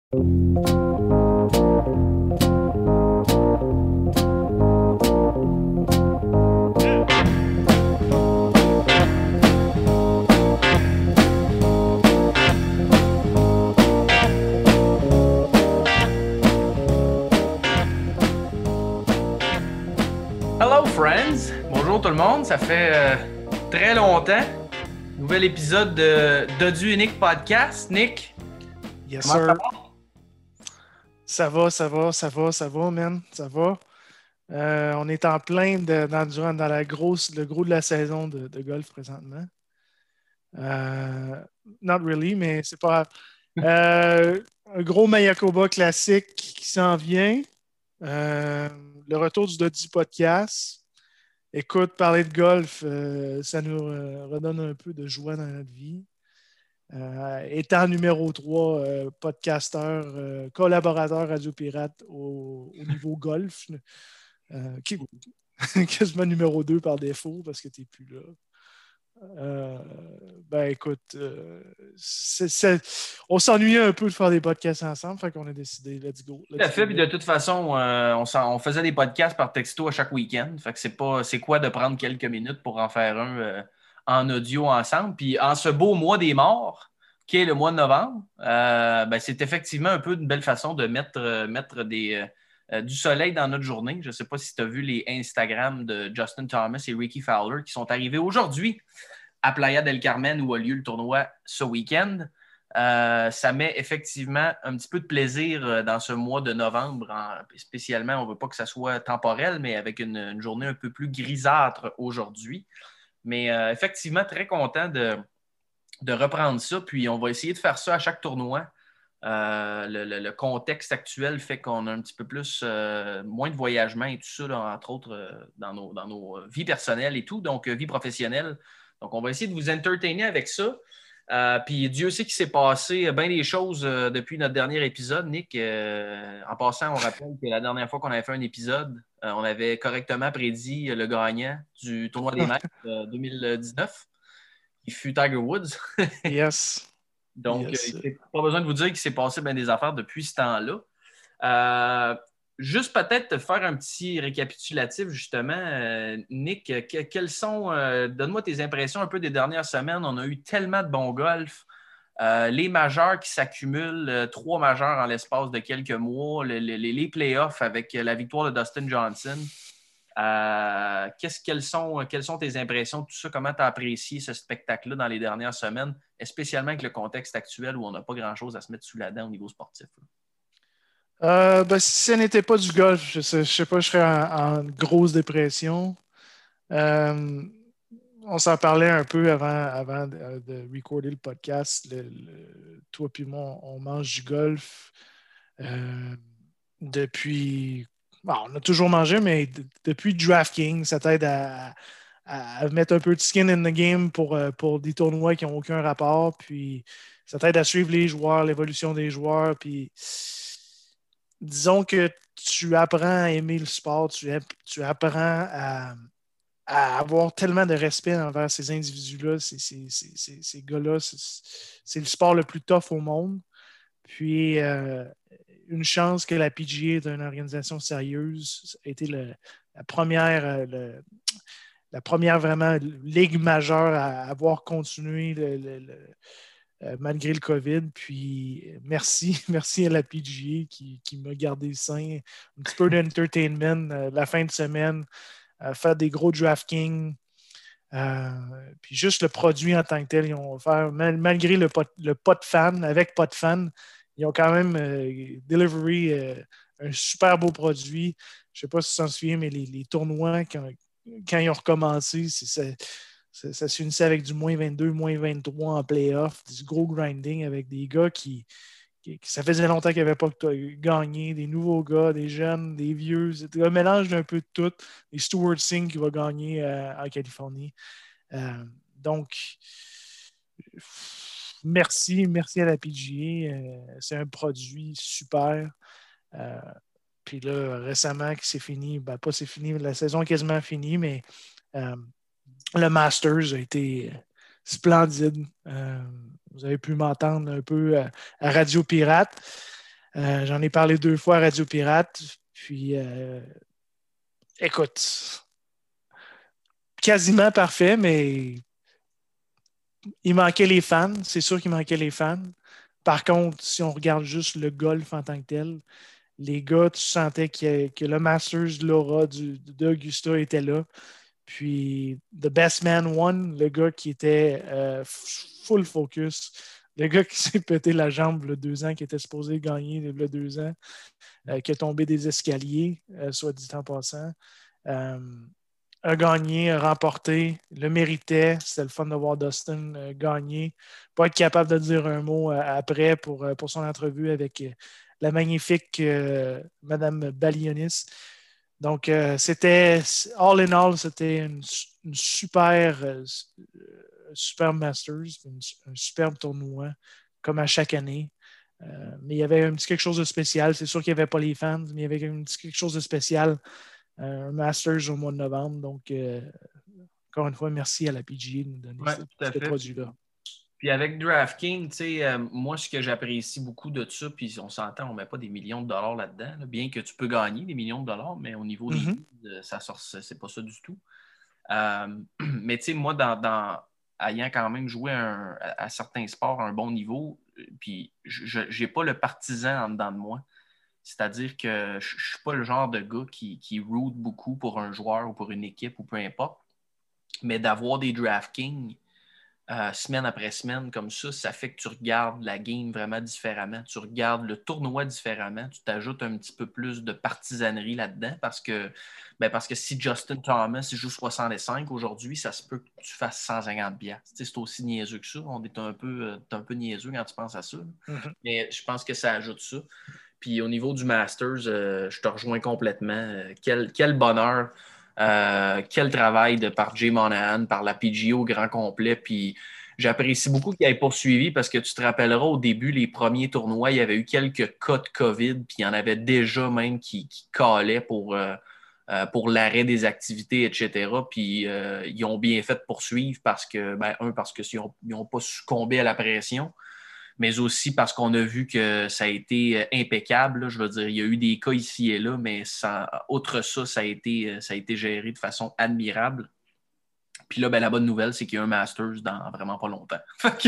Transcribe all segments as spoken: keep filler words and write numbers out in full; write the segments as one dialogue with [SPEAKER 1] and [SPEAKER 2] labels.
[SPEAKER 1] Hello friends! Bonjour tout le monde, ça fait euh, très longtemps. Nouvel épisode de Dodu et Nick Podcast. Nick?
[SPEAKER 2] Yes,
[SPEAKER 1] comment
[SPEAKER 2] sir.
[SPEAKER 1] ça va?
[SPEAKER 2] Ça va, ça va, ça va, ça va, man. Ça va. Euh, on est en plein de, dans, durant- dans la grosse, le gros de la saison de, de golf présentement. Euh, not really, mais c'est pas grave. Euh, un gros Mayakoba classique qui s'en vient. Euh, le retour du Dodu Podcast. Écoute, parler de golf, euh, ça nous euh, redonne un peu de joie dans notre vie. Euh, étant numéro trois, euh, podcasteur, euh, collaborateur Radio Pirate au, au niveau golf, euh, qui, quasiment numéro deux par défaut parce que tu n'es plus là. Euh, ben écoute, euh, c'est, c'est, on s'ennuyait un peu de faire des podcasts ensemble, fait qu'on a décidé, let's go. Let's
[SPEAKER 1] Tout à fait,
[SPEAKER 2] go
[SPEAKER 1] puis de toute façon, euh, on, s'en- on faisait des podcasts par texto à chaque week-end. Fait que c'est pas, c'est quoi de prendre quelques minutes pour en faire un euh, en audio ensemble. Puis en ce beau mois des morts, qui est le mois de novembre, euh, ben, c'est effectivement un peu une belle façon de mettre, euh, mettre des, euh, euh, du soleil dans notre journée. Je ne sais pas si tu as vu les Instagram de Justin Thomas et Ricky Fowler qui sont arrivés aujourd'hui à Playa del Carmen où a lieu le tournoi ce week-end. Euh, ça met effectivement un petit peu de plaisir euh, dans ce mois de novembre. En, spécialement, on ne veut pas que ça soit temporel, mais avec une, une journée un peu plus grisâtre aujourd'hui. Mais euh, effectivement, très content de, de reprendre ça. Puis on va essayer de faire ça à chaque tournoi. Euh, le, le, le contexte actuel fait qu'on a un petit peu plus, euh, moins de voyagement et tout ça, là, entre autres, euh, dans, nos, dans nos vies personnelles et tout, donc euh, vie professionnelle. Donc, on va essayer de vous entertainer avec ça. Euh, puis Dieu sait qu'il s'est passé bien des choses euh, depuis notre dernier épisode, Nick. Euh, en passant, on rappelle que la dernière fois qu'on avait fait un épisode, euh, on avait correctement prédit le gagnant du tournoi des maîtres euh, deux mille dix-neuf, qui fut Tiger Woods.
[SPEAKER 2] Yes.
[SPEAKER 1] Donc,
[SPEAKER 2] Yes.
[SPEAKER 1] euh, pas besoin de vous dire qu'il s'est passé bien des affaires depuis ce temps-là. Euh, juste peut-être faire un petit récapitulatif, justement. Euh, Nick, que, quelles sont, euh, donne-moi tes impressions un peu des dernières semaines. On a eu tellement de bons golf. Euh, les majeurs qui s'accumulent, euh, trois majeurs en l'espace de quelques mois, le, le, les playoffs avec la victoire de Dustin Johnson. Euh, qu'est-ce, quelles, sont, quelles sont tes impressions de tout ça? Comment tu as apprécié ce spectacle-là dans les dernières semaines, spécialement avec le contexte actuel où on n'a pas grand-chose à se mettre sous la dent au niveau sportif?
[SPEAKER 2] Euh, ben, si ce n'était pas du golf, je sais, je sais pas, je serais en, en grosse dépression. Euh, on s'en parlait un peu avant, avant de, de recorder le podcast. Le, le, toi et moi, on mange du golf euh, depuis. Bon, on a toujours mangé, mais de, depuis DraftKings, ça t'aide à, à, à mettre un peu de skin in the game pour, pour des tournois qui n'ont aucun rapport. Puis ça t'aide à suivre les joueurs, l'évolution des joueurs. Puis disons que tu apprends à aimer le sport, tu, tu apprends à, à avoir tellement de respect envers ces individus-là, ces, ces, ces, ces gars-là. C'est, c'est le sport le plus tough au monde. Puis, euh, une chance que la P G A est une organisation sérieuse. A été le, la première, le, la première vraiment ligue majeure à avoir continué le, le, le, euh, malgré le COVID. Puis merci, merci à la P G A qui, qui m'a gardé sain. Un petit peu d'entertainment euh, la fin de semaine, euh, faire des gros DraftKings. Euh, puis juste le produit en tant que tel, ils ont offert, mal, malgré le pot, le pot de fan, avec pot de fan, ils ont quand même euh, delivery euh, un super beau produit. Je ne sais pas si tu t'en souviens, mais les, les tournois, quand, quand ils ont recommencé, c'est, c'est, ça, ça s'unissait avec du moins vingt-deux, moins vingt-trois en playoff, du gros grinding avec des gars qui, qui, qui ça faisait longtemps qu'ils n'avaient pas gagné, des nouveaux gars, des jeunes, des vieux. C'était un mélange d'un peu de tout. Et Stuart Singh qui va gagner euh, en Californie. Euh, donc, merci, merci à la P G A. Euh, c'est un produit super. Euh, puis là, récemment, que c'est fini, ben pas c'est fini, la saison est quasiment finie, mais euh, le Masters a été splendide. Euh, vous avez pu m'entendre un peu à, à Radio Pirate. Euh, j'en ai parlé deux fois à Radio Pirate. Puis, euh, écoute, quasiment parfait, mais il manquait les fans. C'est sûr qu'il manquait les fans. Par contre, si on regarde juste le golf en tant que tel, les gars, tu sentais que, que le Masters, l'aura d'Augusta était là. Puis, The Best Man Won, le gars qui était euh, full focus, le gars qui s'est pété la jambe il y a deux ans, qui était supposé gagner il y a deux ans, euh, qui est tombé des escaliers, euh, soit dit en passant, euh, a gagné, a remporté, le méritait. C'était le fun de voir Dustin euh, gagner. Pas être capable de dire un mot euh, après pour, euh, pour son entrevue avec euh, la magnifique euh, Madame Balionis. Donc, euh, c'était, all in all, c'était une, une super, euh, super Masters, une, un superbe tournoi, comme à chaque année. Euh, mais il y avait un petit quelque chose de spécial. C'est sûr qu'il n'y avait pas les fans, mais il y avait un petit quelque chose de spécial. Euh, un Masters au mois de novembre. Donc, euh, encore une fois, merci à la P G A de nous donner
[SPEAKER 1] Ouais,
[SPEAKER 2] ce,
[SPEAKER 1] tout à
[SPEAKER 2] ce
[SPEAKER 1] fait.
[SPEAKER 2] produit-là.
[SPEAKER 1] Puis avec DraftKings, tu sais, euh, moi, ce que j'apprécie beaucoup de ça, puis on s'entend, on ne met pas des millions de dollars là-dedans, là, bien que tu peux gagner des millions de dollars, mais au niveau des
[SPEAKER 2] Mm-hmm.
[SPEAKER 1] guides, ça sort, c'est pas ça du tout. Euh, mais tu sais, moi, dans, dans, ayant quand même joué un, à, à certains sports à un bon niveau, puis je n'ai pas le partisan en dedans de moi. C'est-à-dire que je ne suis pas le genre de gars qui, qui root beaucoup pour un joueur ou pour une équipe ou peu importe. Mais d'avoir des DraftKings euh, semaine après semaine comme ça, ça fait que tu regardes la game vraiment différemment. Tu regardes le tournoi différemment. Tu t'ajoutes un petit peu plus de partisanerie là-dedans parce que, ben parce que si Justin Thomas joue soixante-cinq aujourd'hui, ça se peut que tu fasses cent cinquante piastres. Tu sais, c'est aussi niaiseux que ça. On est un peu, euh, un peu niaiseux quand tu penses à ça.
[SPEAKER 2] Mm-hmm.
[SPEAKER 1] Mais je pense que ça ajoute ça. Puis au niveau du Masters, euh, je te rejoins complètement. Euh, quel, quel bonheur. Euh, quel travail de, par Jay Monahan, par la P G A au grand complet. Puis j'apprécie beaucoup qu'il ait poursuivi parce que tu te rappelleras au début, les premiers tournois, il y avait eu quelques cas de COVID, puis il y en avait déjà même qui, qui calaient pour, euh, euh, pour l'arrêt des activités, et cetera. Puis euh, ils ont bien fait de poursuivre parce que, ben, un, parce qu'ils n'ont pas succombé à la pression, mais aussi parce qu'on a vu que ça a été impeccable. Là. Je veux dire, il y a eu des cas ici et là, mais sans, outre ça, ça a, été, ça a été géré de façon admirable. Puis là, ben, la bonne nouvelle, c'est qu'il y a un Masters dans vraiment pas longtemps.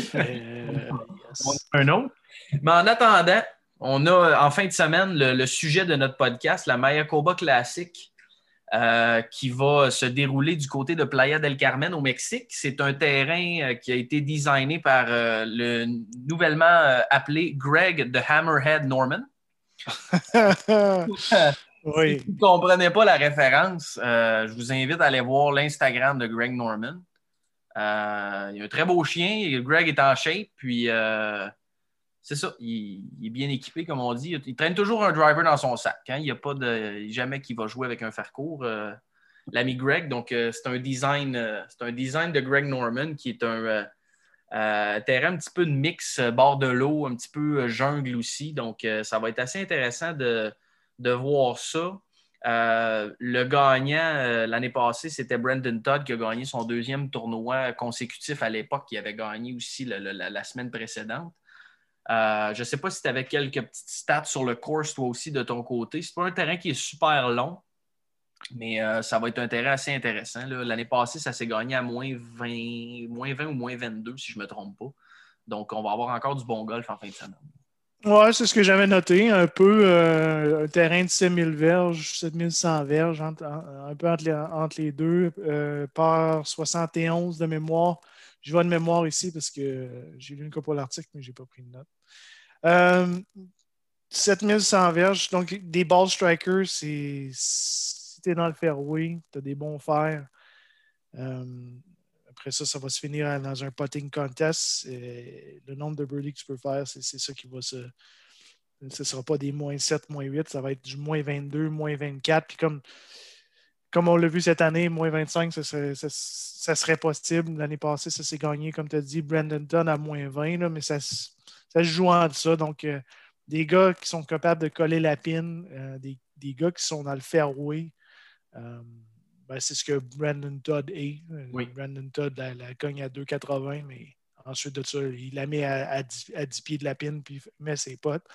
[SPEAKER 2] euh,
[SPEAKER 1] On
[SPEAKER 2] yes.
[SPEAKER 1] a un autre. Mais en attendant, on a en fin de semaine le, le sujet de notre podcast, la Mayakoba Classic. Euh, qui va se dérouler du côté de Playa del Carmen au Mexique. C'est un terrain euh, qui a été designé par euh, le nouvellement euh, appelé Greg the Hammerhead Norman.
[SPEAKER 2] Oui.
[SPEAKER 1] Si vous ne comprenez pas la référence, euh, je vous invite à aller voir l'Instagram de Greg Norman. Euh, il a un très beau chien. Greg est en shape. Puis, euh, c'est ça. Il, il est bien équipé, comme on dit. Il traîne toujours un driver dans son sac. Hein. Il n'y a pas de jamais qu'il va jouer avec un fer court. Euh, l'ami Greg. Donc, euh, c'est un design, euh, c'est un design de Greg Norman qui est un euh, euh, terrain un petit peu de mix, euh, bord de l'eau, un petit peu euh, jungle aussi. Donc, euh, ça va être assez intéressant de, de voir ça. Euh, le gagnant euh, l'année passée, c'était Brandon Todd qui a gagné son deuxième tournoi consécutif à l'époque, qui avait gagné aussi le, le, la, la semaine précédente. Euh, je ne sais pas si tu avais quelques petites stats sur le course, toi aussi, de ton côté. C'est pas un terrain qui est super long, mais euh, ça va être un terrain assez intéressant. Là. L'année passée, ça s'est gagné à moins vingt, moins vingt ou moins vingt-deux, si je ne me trompe pas. Donc, on va avoir encore du bon golf en fin de semaine.
[SPEAKER 2] Ouais, c'est ce que j'avais noté. Un peu euh, un terrain de sept mille verges, sept mille cent verges, entre, un peu entre les, entre les deux, euh, par soixante et onze de mémoire. Je vois de mémoire ici parce que j'ai lu une couple l'article, mais je n'ai pas pris de note. Euh, sept mille cent verges, donc des ball strikers, c'est si tu es dans le fairway, tu as des bons fers. Euh, après ça, ça va se finir dans un putting contest. Et le nombre de birdies que tu peux faire, c'est, c'est ça qui va se. Ce ne sera pas des moins sept, moins huit, ça va être du moins vingt-deux, moins vingt-quatre. Puis comme, comme on l'a vu cette année, moins vingt-cinq, ça serait, ça, ça serait possible. L'année passée, ça s'est gagné, comme tu as dit, Brandon Dunn à moins vingt, là, mais ça, ça se joue en ça. Donc, euh, des gars qui sont capables de coller la pine, euh, des, des gars qui sont dans le fairway. Euh, ben, c'est ce que Brandon Todd est.
[SPEAKER 1] Oui.
[SPEAKER 2] Brandon Todd la, la cogne à deux quatre-vingts, mais ensuite de ça, il la met à, à, dix, à dix pieds de la pine puis met ses potes.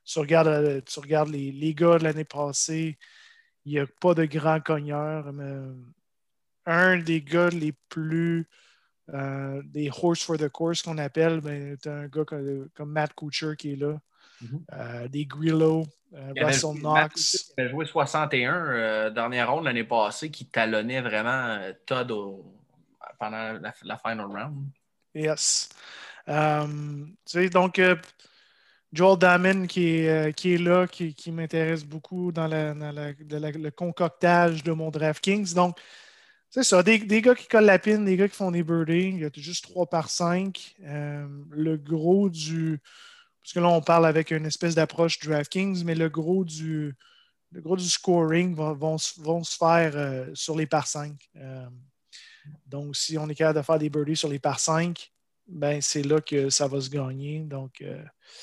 [SPEAKER 2] tu regardes, tu regardes les, les gars de l'année passée, il n'y a pas de grands cogneurs. Mais un des gars les plus euh, des horse for the course qu'on appelle, ben, tu as un gars comme, comme Matt Kuchar qui est là,
[SPEAKER 1] Mm-hmm.
[SPEAKER 2] euh, des Grillo, euh,
[SPEAKER 1] Il avait
[SPEAKER 2] Russell
[SPEAKER 1] joué, Matt Kuchar,
[SPEAKER 2] Knox.
[SPEAKER 1] il avait joué soixante et un euh, dernière ronde l'année passée qui talonnait vraiment euh, Todd au, pendant la, la final round.
[SPEAKER 2] Yes. Um, tu sais, donc, euh, Joel Damon qui est, euh, qui est là, qui, qui m'intéresse beaucoup dans, la, dans la, la, le concoctage de mon DraftKings. Donc, c'est ça, des, des, gars qui collent la pine, des gars qui font des birdies. Il y a juste trois par cinq. Euh, le gros du. Parce que là, on parle avec une espèce d'approche DraftKings, mais le gros du, le gros du scoring va, vont, vont se faire euh, sur les par cinq. Euh, donc, si on est capable de faire des birdies sur les par cinq, ben, c'est là que ça va se gagner. Donc, euh,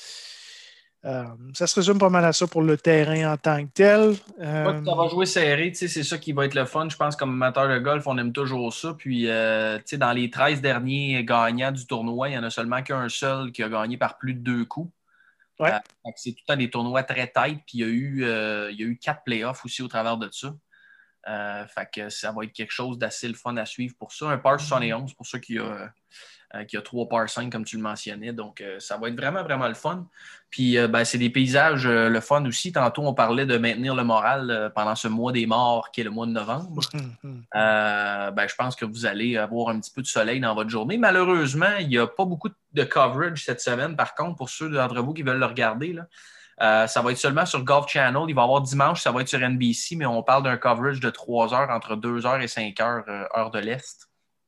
[SPEAKER 2] euh, ça se résume pas mal à ça pour le terrain en tant que tel.
[SPEAKER 1] Ouais,
[SPEAKER 2] Euh,
[SPEAKER 1] ça va jouer serré, tu sais, c'est ça qui va être le fun. Je pense comme amateur de golf, on aime toujours ça. Puis, euh, tu sais, dans les treize derniers gagnants du tournoi, il n'y en a seulement qu'un seul qui a gagné par plus de deux coups.
[SPEAKER 2] ouais.
[SPEAKER 1] Euh, c'est tout le temps des tournois très tight. Puis, il y a eu, euh, il y a eu quatre playoffs aussi au travers de ça. Euh, fait que ça va être quelque chose d'assez le fun à suivre pour ça. Un par soixante et onze pour ceux qui a, euh, qui a trois par cinq, comme tu le mentionnais. Donc, euh, ça va être vraiment, vraiment le fun. Puis, euh, ben, c'est des paysages euh, le fun aussi. Tantôt, on parlait de maintenir le moral euh, pendant ce mois des morts qui est le mois de novembre. Euh, ben, je pense que vous allez avoir un petit peu de soleil dans votre journée. Malheureusement, il n'y a pas beaucoup de coverage cette semaine. Par contre, pour ceux d'entre vous qui veulent le regarder, là, euh, ça va être seulement sur Golf Channel. Il va y avoir dimanche, ça va être sur N B C, mais on parle d'un coverage de trois heures, entre deux heures et cinq heures, euh, heure de l'Est.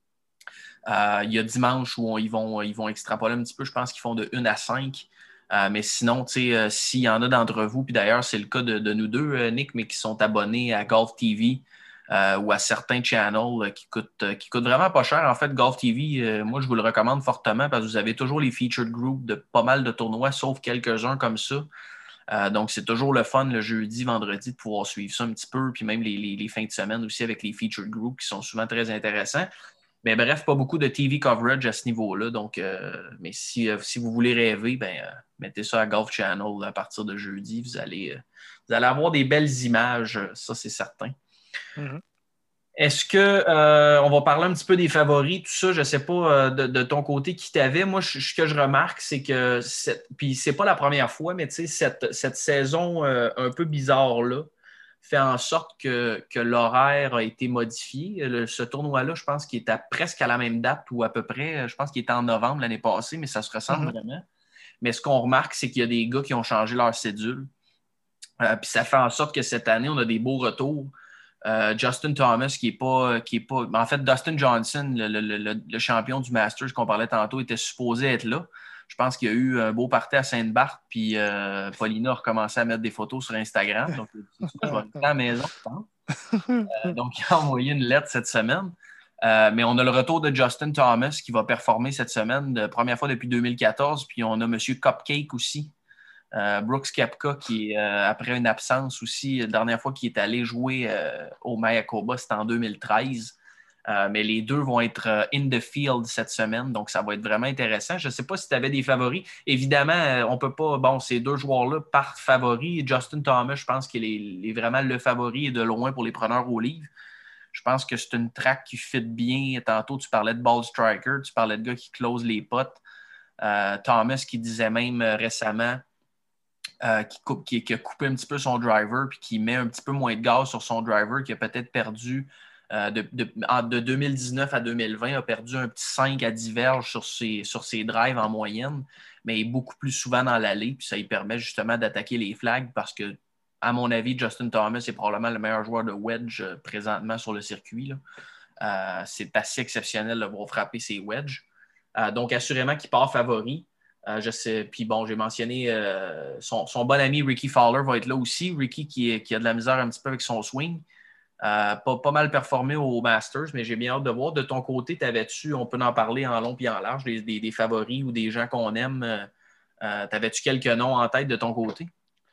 [SPEAKER 1] Euh, il y a dimanche où on, ils, vont, ils vont extrapoler un petit peu. Je pense qu'ils font de une à cinq. Euh, mais sinon, euh, s'il y en a d'entre vous, puis d'ailleurs, c'est le cas de, de nous deux, euh, Nick, mais qui sont abonnés à Golf T V euh, ou à certains channels euh, qui, coûtent, euh, qui coûtent vraiment pas cher. En fait, Golf T V, euh, moi, je vous le recommande fortement parce que vous avez toujours les featured groups de pas mal de tournois, sauf quelques-uns comme ça. Euh, donc, c'est toujours le fun le jeudi, vendredi de pouvoir suivre ça un petit peu, puis même les, les, les fins de semaine aussi avec les featured groups qui sont souvent très intéressants. Mais bref, pas beaucoup de T V coverage à ce niveau-là. Donc, euh, mais si, euh, si vous voulez rêver, ben, euh, mettez ça à Golf Channel à partir de jeudi. Vous allez, euh, vous allez avoir des belles images, ça c'est certain.
[SPEAKER 2] Mm-hmm.
[SPEAKER 1] Est-ce que euh, on va parler un petit peu des favoris, tout ça, je ne sais pas euh, de, de ton côté qui t'avait. Moi, je, ce que je remarque, c'est que cette, puis c'est pas la première fois, mais tu sais, cette, cette saison euh, un peu bizarre-là fait en sorte que, que l'horaire a été modifié. Le- ce tournoi-là, je pense qu'il est à, presque à la même date ou à peu près. Je pense qu'il était en novembre l'année passée, mais ça se ressemble
[SPEAKER 2] Mm-hmm.
[SPEAKER 1] vraiment. Mais ce qu'on remarque, c'est qu'il y a des gars qui ont changé leur cédule. Euh, puis ça fait en sorte que cette année, on a des beaux retours. Euh, Justin Thomas, qui est pas, qui est pas. En fait, Dustin Johnson, le, le, le, le champion du Masters qu'on parlait tantôt, était supposé être là. Je pense qu'il y a eu un beau party à Sainte-Barth, puis euh, Paulina a recommencé à mettre des photos sur Instagram. Donc, c'est ça, je vais rester à la maison, je pense. Euh, donc, il a envoyé une lettre cette semaine. Euh, mais on a le retour de Justin Thomas qui va performer cette semaine, de première fois depuis deux mille quatorze. Puis on a M. Cupcake aussi, euh, Brooks Koepka, qui est euh, après une absence aussi, la dernière fois qu'il est allé jouer euh, au Mayakoba, c'était en deux mille treize. Euh, mais les deux vont être euh, in the field cette semaine, donc ça va être vraiment intéressant. Je ne sais pas si tu avais des favoris. Évidemment, euh, on peut pas. Bon, ces deux joueurs-là partent favoris. Justin Thomas, je pense qu'il est, est vraiment le favori et de loin pour les preneurs au livre. Je pense que c'est une track qui fit bien. Tantôt, tu parlais de ball striker, tu parlais de gars qui close les potes. Euh, Thomas qui disait même euh, récemment euh, qui, coupe, qui, qui, a coupé un petit peu son driver puis qui met un petit peu moins de gaz sur son driver, qui a peut-être perdu euh, de, de, de deux mille dix-neuf à deux mille vingt, a perdu un petit cinq à dix verges sur ses, sur ses drives en moyenne, mais est beaucoup plus souvent dans l'allée, puis ça lui permet justement d'attaquer les flags parce que, à mon avis, Justin Thomas est probablement le meilleur joueur de wedge euh, présentement sur le circuit. Là. Euh, c'est assez exceptionnel de voir frapper ses wedges. Euh, donc, assurément qu'il part favori. Euh, je sais, puis bon, j'ai mentionné euh, son, son bon ami Ricky Fowler va être là aussi. Ricky qui, est, qui a de la misère un petit peu avec son swing. Euh, pas, pas mal performé au Masters, mais j'ai bien hâte de voir. De ton côté, t'avais-tu, on peut en parler en long et en large, des, des, des favoris ou des gens qu'on aime. Euh, euh, t'avais-tu quelques noms en tête de ton côté?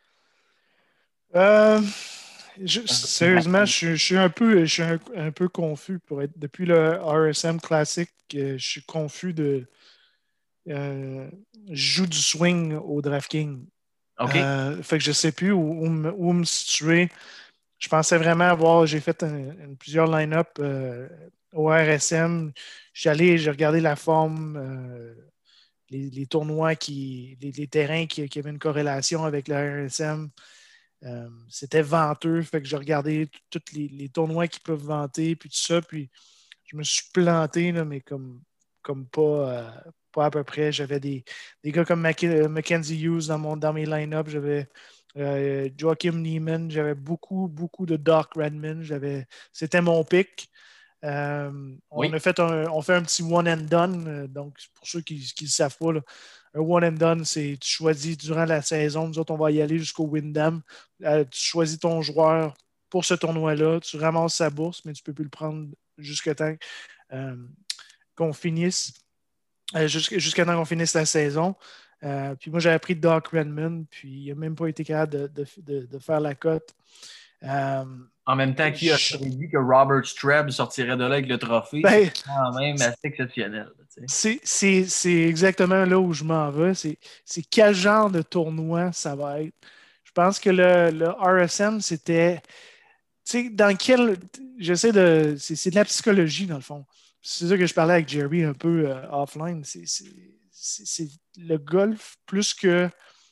[SPEAKER 2] Euh, je- sérieusement, je, suis- je suis un peu, je suis un, un peu confus pour être. Depuis le R S M Classic, euh, je suis confus de. Euh, je joue du swing au DraftKings.
[SPEAKER 1] OK.
[SPEAKER 2] Euh, fait que je ne sais plus où, où, me, où me situer. Je pensais vraiment avoir, j'ai fait un, un, plusieurs line-up euh, au R S M. J'allais, j'ai regardé la forme, euh, les, les, tournois, qui, les, les terrains qui, qui, avaient une corrélation avec le R S M. Euh, c'était venteux, fait que j'ai regardé tous les, les, tournois qui peuvent vanter, puis tout ça, puis je me suis planté, là, mais comme, comme pas, euh, pas à peu près. J'avais des, des gars comme Mac Mackenzie Hughes dans, mon, dans mes line-up, j'avais euh, Joachim Neiman, j'avais beaucoup, beaucoup de Doc Redman, j'avais, c'était mon pick. Euh, on
[SPEAKER 1] Oui.
[SPEAKER 2] a fait un, on fait un petit one and done. Euh, donc, pour ceux qui ne le savent pas, là, un one and done, c'est tu choisis durant la saison. Nous autres, on va y aller jusqu'au Wyndham. Euh, tu choisis ton joueur pour ce tournoi-là. Tu ramasses sa bourse, mais tu ne peux plus le prendre jusqu'à temps euh, qu'on finisse. Euh, jusqu'à temps qu'on finisse la saison. Euh, puis moi, j'avais pris Doc Redman, puis il n'a même pas été capable de, de, de, de faire la cote. Euh,
[SPEAKER 1] En même temps, qui a
[SPEAKER 2] je,
[SPEAKER 1] dit que Robert Streb sortirait de là avec le trophée, c'est
[SPEAKER 2] ben,
[SPEAKER 1] quand même assez exceptionnel. Tu sais.
[SPEAKER 2] C'est exactement là où je m'en vais. C'est quel genre de tournoi ça va être. Je pense que le, le R S M, c'était. Tu sais, dans quel. J'essaie de. C'est de la psychologie, dans le fond. C'est ça que je parlais avec Jerry un peu euh, offline. C'est le golf plus que.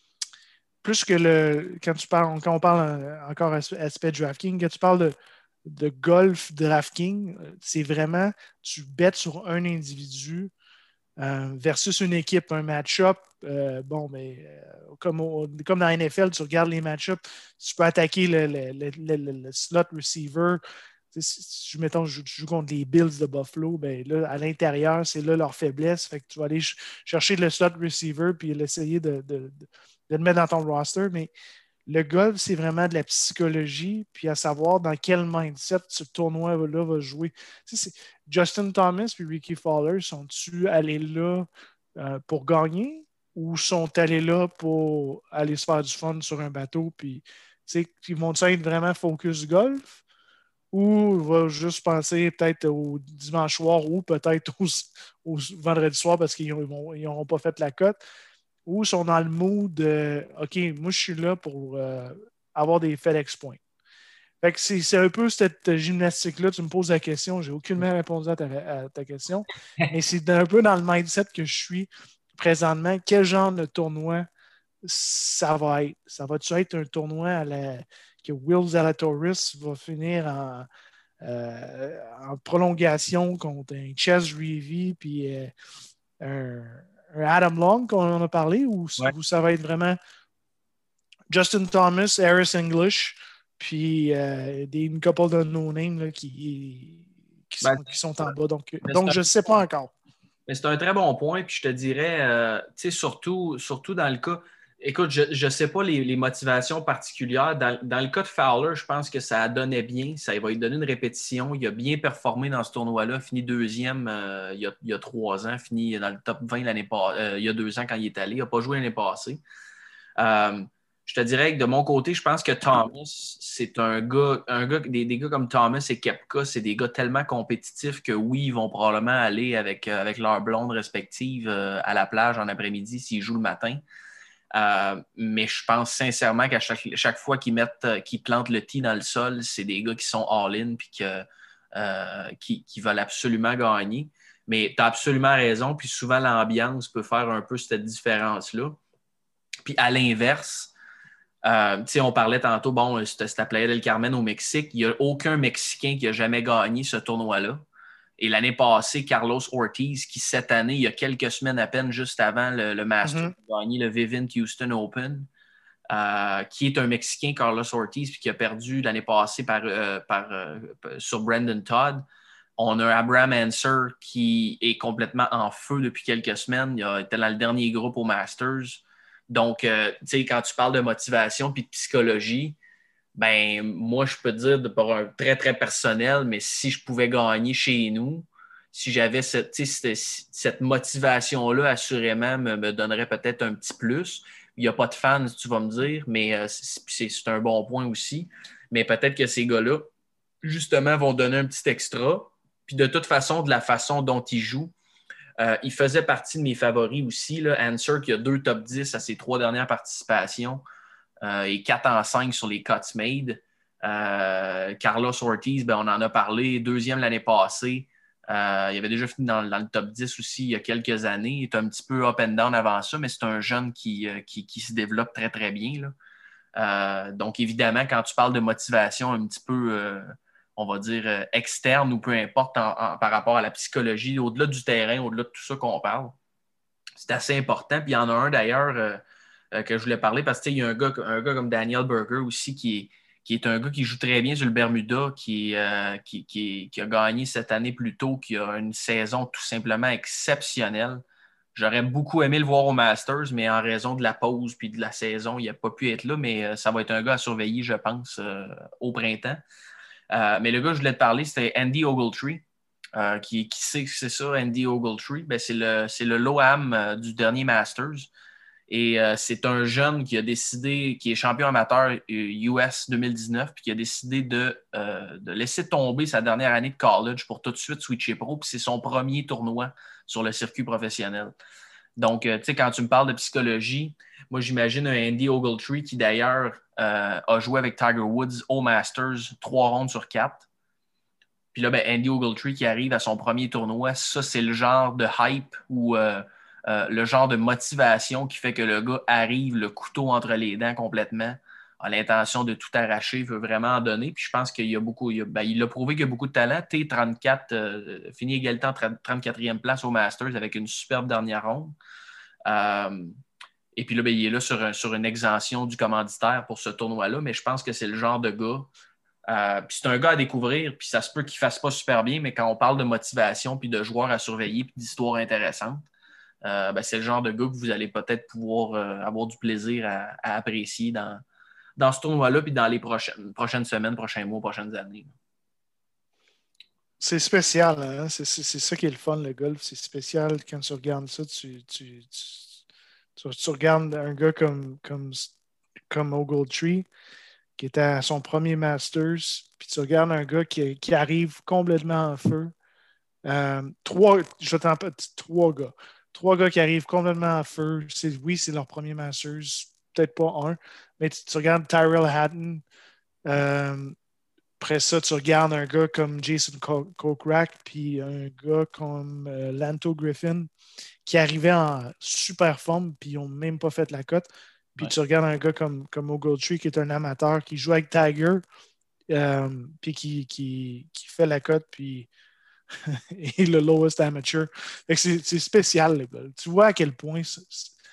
[SPEAKER 2] Plus que le. Quand tu parles, quand on parle euh, encore aspect drafting, quand tu parles de, de golf drafting, euh, c'est vraiment. Tu bêtes sur un individu euh, versus une équipe, un match-up. Euh, bon, mais euh, comme, au, comme dans la N F L, tu regardes les match-ups, tu peux attaquer le, le, le, le slot receiver. Si je, mettons, je, je joue contre les Bills de Buffalo, ben là, à l'intérieur, c'est là leur faiblesse. Fait que tu vas aller ch chercher le slot receiver puis l'essayer de, de, de, de, le mettre dans ton roster. Mais le golf, c'est vraiment de la psychologie, puis à savoir dans quel mindset ce tournoi-là va jouer. Tu sais, Justin Thomas et Ricky Fowler, sont-ils allés là euh, pour gagner ou sont allés là pour aller se faire du fun sur un bateau, puis tu sais, ils vont être vraiment focus golf ou ils vont juste penser peut-être au dimanche soir ou peut-être au, au vendredi soir parce qu'ils n'auront pas fait la cote ou sont dans le mood de OK, moi je suis là pour euh, avoir des FedEx points. Fait que c'est un peu cette gymnastique-là. Tu me poses la question, j'ai aucunement répondu à ta, à ta question, mais c'est un peu dans le mindset que je suis présentement. Quel genre de tournoi ça va être? Ça va-tu être un tournoi à la, que Will Zalatoris va finir en, euh, en prolongation contre un Chess Reavie puis euh, un, un Adam Long qu'on a parlé ou,
[SPEAKER 1] Ouais.
[SPEAKER 2] ou ça va être vraiment Justin Thomas, Harris English, puis euh, des, une couple de no-name qui, qui,
[SPEAKER 1] Ben,
[SPEAKER 2] sont, qui sont en bas. Donc,
[SPEAKER 1] mais c'est
[SPEAKER 2] donc
[SPEAKER 1] un,
[SPEAKER 2] je ne sais pas encore.
[SPEAKER 1] mais c'est un très bon point. Puis je te dirais, euh, tu sais, surtout, surtout dans le cas. Écoute, je ne sais pas les, les motivations particulières. Dans, dans le cas de Fowler, je pense que ça donnait bien. Ça va lui donner une répétition. Il a bien performé dans ce tournoi-là. Fini deuxième euh, il, y a, il y a trois ans. Fini dans le top vingt l'année euh, il y a deux ans quand il est allé. Il n'a pas joué l'année passée. Euh, je te dirais que de mon côté, je pense que Thomas, c'est un gars, un gars des, des gars comme Thomas et Koepka, c'est des gars tellement compétitifs que oui, ils vont probablement aller avec, euh, avec leurs blondes respectives euh, à la plage en après-midi s'ils jouent le matin. Euh, mais je pense sincèrement qu'à chaque, chaque fois qu'ils mettent, euh, qu'ils plantent le tee dans le sol, c'est des gars qui sont all-in puis que, euh, qui, qui veulent absolument gagner. Mais tu as absolument raison, puis souvent l'ambiance peut faire un peu cette différence-là. Puis à l'inverse, euh, on parlait tantôt, bon, c'était la Playa del Carmen au Mexique. Il n'y a aucun Mexicain qui a jamais gagné ce tournoi-là. Et l'année passée, Carlos Ortiz, qui cette année, il y a quelques semaines à peine, juste avant le, le Masters,
[SPEAKER 2] Mm-hmm.
[SPEAKER 1] a gagné le Vivint Houston Open, euh, qui est un Mexicain, Carlos Ortiz, puis qui a perdu l'année passée par, euh, par, euh, sur Brandon Todd. On a Abraham Anser qui est complètement en feu depuis quelques semaines. Il a été dans le dernier groupe au Masters. Donc, euh, tu sais, quand tu parles de motivation puis de psychologie, ben moi, je peux te dire de par un très, très personnel, mais si je pouvais gagner chez nous, si j'avais cette, cette, cette motivation-là, assurément, me, me donnerait peut-être un petit plus. Il n'y a pas de fans, tu vas me dire, mais euh, c'est un bon point aussi. Mais peut-être que ces gars-là, justement, vont donner un petit extra. Puis de toute façon, de la façon dont ils jouent, Euh, il faisait partie de mes favoris aussi. Là. Answer qui a deux top dix à ses trois dernières participations euh, et quatre en cinq sur les cuts made. Euh, Carlos Ortiz, ben, on en a parlé, deuxième l'année passée. Euh, il avait déjà fini dans, dans, le top dix aussi il y a quelques années. Il est un petit peu up and down avant ça, mais c'est un jeune qui, euh, qui, qui se développe très, très bien. Là. Euh, donc, évidemment, quand tu parles de motivation un petit peu, euh, on va dire, euh, externe ou peu importe en, en, par rapport à la psychologie, au-delà du terrain, au-delà de tout ça qu'on parle, c'est assez important. Puis il y en a un d'ailleurs euh, euh, que je voulais parler parce qu'il y a un gars, un gars comme Daniel Berger aussi qui est, qui est un gars qui joue très bien sur le Bermuda, qui, euh, qui, qui, qui a gagné cette année plus tôt, qui a une saison tout simplement exceptionnelle. J'aurais beaucoup aimé le voir au Masters, mais en raison de la pause puis de la saison, il n'a pas pu être là, mais euh, ça va être un gars à surveiller, je pense, euh, au printemps. Euh, mais le gars que je voulais te parler, c'était Andy Ogletree. Euh, qui, qui sait que c'est ça, Andy Ogletree? Ben, c'est le, c'est le Loam euh, du dernier Masters. Et euh, c'est un jeune qui a décidé, qui est champion amateur U S deux mille dix-neuf, puis qui a décidé de, euh, de laisser tomber sa dernière année de college pour tout de suite switcher pro. Puis c'est son premier tournoi sur le circuit professionnel. Donc, euh, tu sais, quand tu me parles de psychologie, moi, j'imagine un Andy Ogletree qui, d'ailleurs, euh, a joué avec Tiger Woods au Masters trois rondes sur quatre. Puis là, ben, Andy Ogletree qui arrive à son premier tournoi, ça, c'est le genre de hype ou euh, euh, le genre de motivation qui fait que le gars arrive le couteau entre les dents complètement, a l'intention de tout arracher, veut vraiment en donner. Puis je pense qu'il y a beaucoup, il a, ben, il a prouvé qu'il y a beaucoup de talent. T trente-quatre, euh, fini égalité en trente-quatrième place au Masters avec une superbe dernière ronde. Euh, et puis là, ben, il est là sur, un, sur une exemption du commanditaire pour ce tournoi-là, mais je pense que c'est le genre de gars. Euh, puis c'est un gars à découvrir, puis ça se peut qu'il ne fasse pas super bien, mais quand on parle de motivation, puis de joueurs à surveiller, puis d'histoires intéressantes, euh, ben c'est le genre de gars que vous allez peut-être pouvoir euh, avoir du plaisir à, à apprécier dans, dans ce tournoi-là, puis dans les prochaines, prochaines semaines, prochains mois, prochaines années.
[SPEAKER 2] C'est spécial, hein? C'est, c'est, c'est ça qui est le fun, le golf. C'est spécial quand tu regardes ça. Tu, tu, tu, tu, tu regardes un gars comme, comme, comme Ogletree, qui était à son premier Masters, puis tu regardes un gars qui, qui arrive complètement en feu. Euh, trois, je t'en parle, trois gars. Trois gars qui arrivent complètement en feu. C'est, oui, c'est leur premier Masters, peut-être pas un, mais tu, tu regardes Tyrell Hatton. Euh, après ça, tu regardes un gars comme Jason Kokrak, puis un gars comme euh, Lanto Griffin, qui arrivait en super forme, puis ils n'ont même pas fait la cote. Puis
[SPEAKER 1] Ouais.
[SPEAKER 2] tu regardes un gars comme, comme Ogletree, qui est un amateur, qui joue avec Tiger, euh, puis qui, qui, qui fait la cote, puis et le lowest amateur. C'est, c'est spécial, les gars. Tu vois à quel point c'est,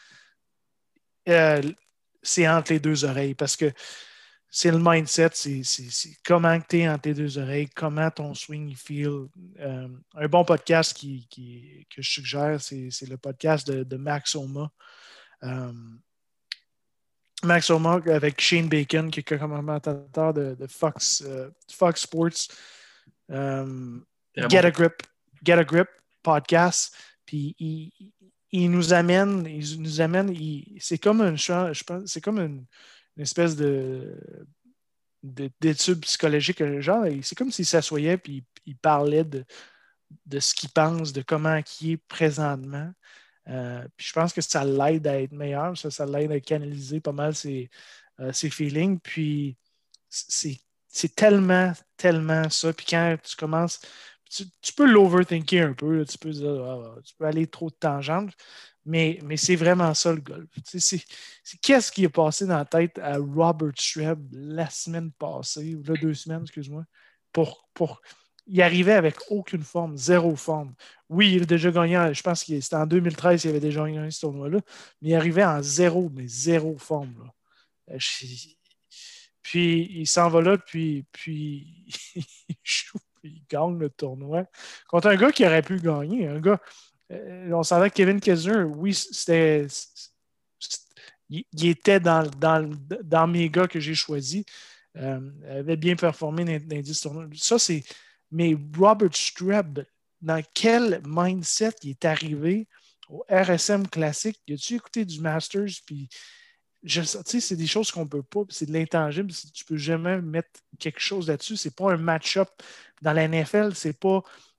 [SPEAKER 2] euh, c'est entre les deux oreilles, parce que c'est le mindset, c'est, c'est, c'est comment tu es entre tes deux oreilles, comment ton swing il feel. Euh, un bon podcast qui, qui, que je suggère, c'est, c'est le podcast de, de Max Homa. Euh, Max Homa avec Shane Bacon, qui est commentateur de, de Fox, euh, Fox Sports. Euh,
[SPEAKER 1] Très bon.
[SPEAKER 2] Get a Grip, Get a Grip podcast. Puis il, il nous amène, il nous amène, il, c'est comme une, je pense, c'est comme une, une espèce de d'études psychologiques, genre, c'est comme s'il s'assoyait et il, il parlait de, de ce qu'il pense, de comment il est présentement. Euh, puis je pense que ça l'aide à être meilleur, ça, ça l'aide à canaliser pas mal ses, euh, ses feelings. Puis c'est, c'est tellement, tellement ça. Puis quand tu commences, tu, tu peux l'overthinker un peu, là, tu, peux dire, ah, tu peux aller trop de tangentes, mais, mais c'est vraiment ça le golf. C'est, c'est, c'est qu'est-ce qui est passé dans la tête à Robert Streb la semaine passée, ou là, deux semaines, excuse-moi, pour, pour il arrivait avec aucune forme, zéro forme. Oui, il a déjà gagné, je pense que c'était en deux mille treize, il avait déjà gagné ce tournoi-là, mais il arrivait en zéro, mais zéro forme. Là. Je, puis il s'en va là, puis, puis il joue, puis il gagne le tournoi. Contre un gars qui aurait pu gagner, un gars, euh, on savait que Kevin Kisner, oui, c'était. Il, il était dans, dans, dans mes gars que j'ai choisis. Euh, avait bien performé dans, dans les dix tournois. Ça, c'est. Mais Robert Streb, dans quel mindset il est arrivé au R S M classique? Il a-tu écouté du Masters? Puis je, c'est des choses qu'on ne peut pas, c'est de l'intangible. Tu ne peux jamais mettre quelque chose là-dessus. Ce n'est pas un match-up dans la N F L. C'est pas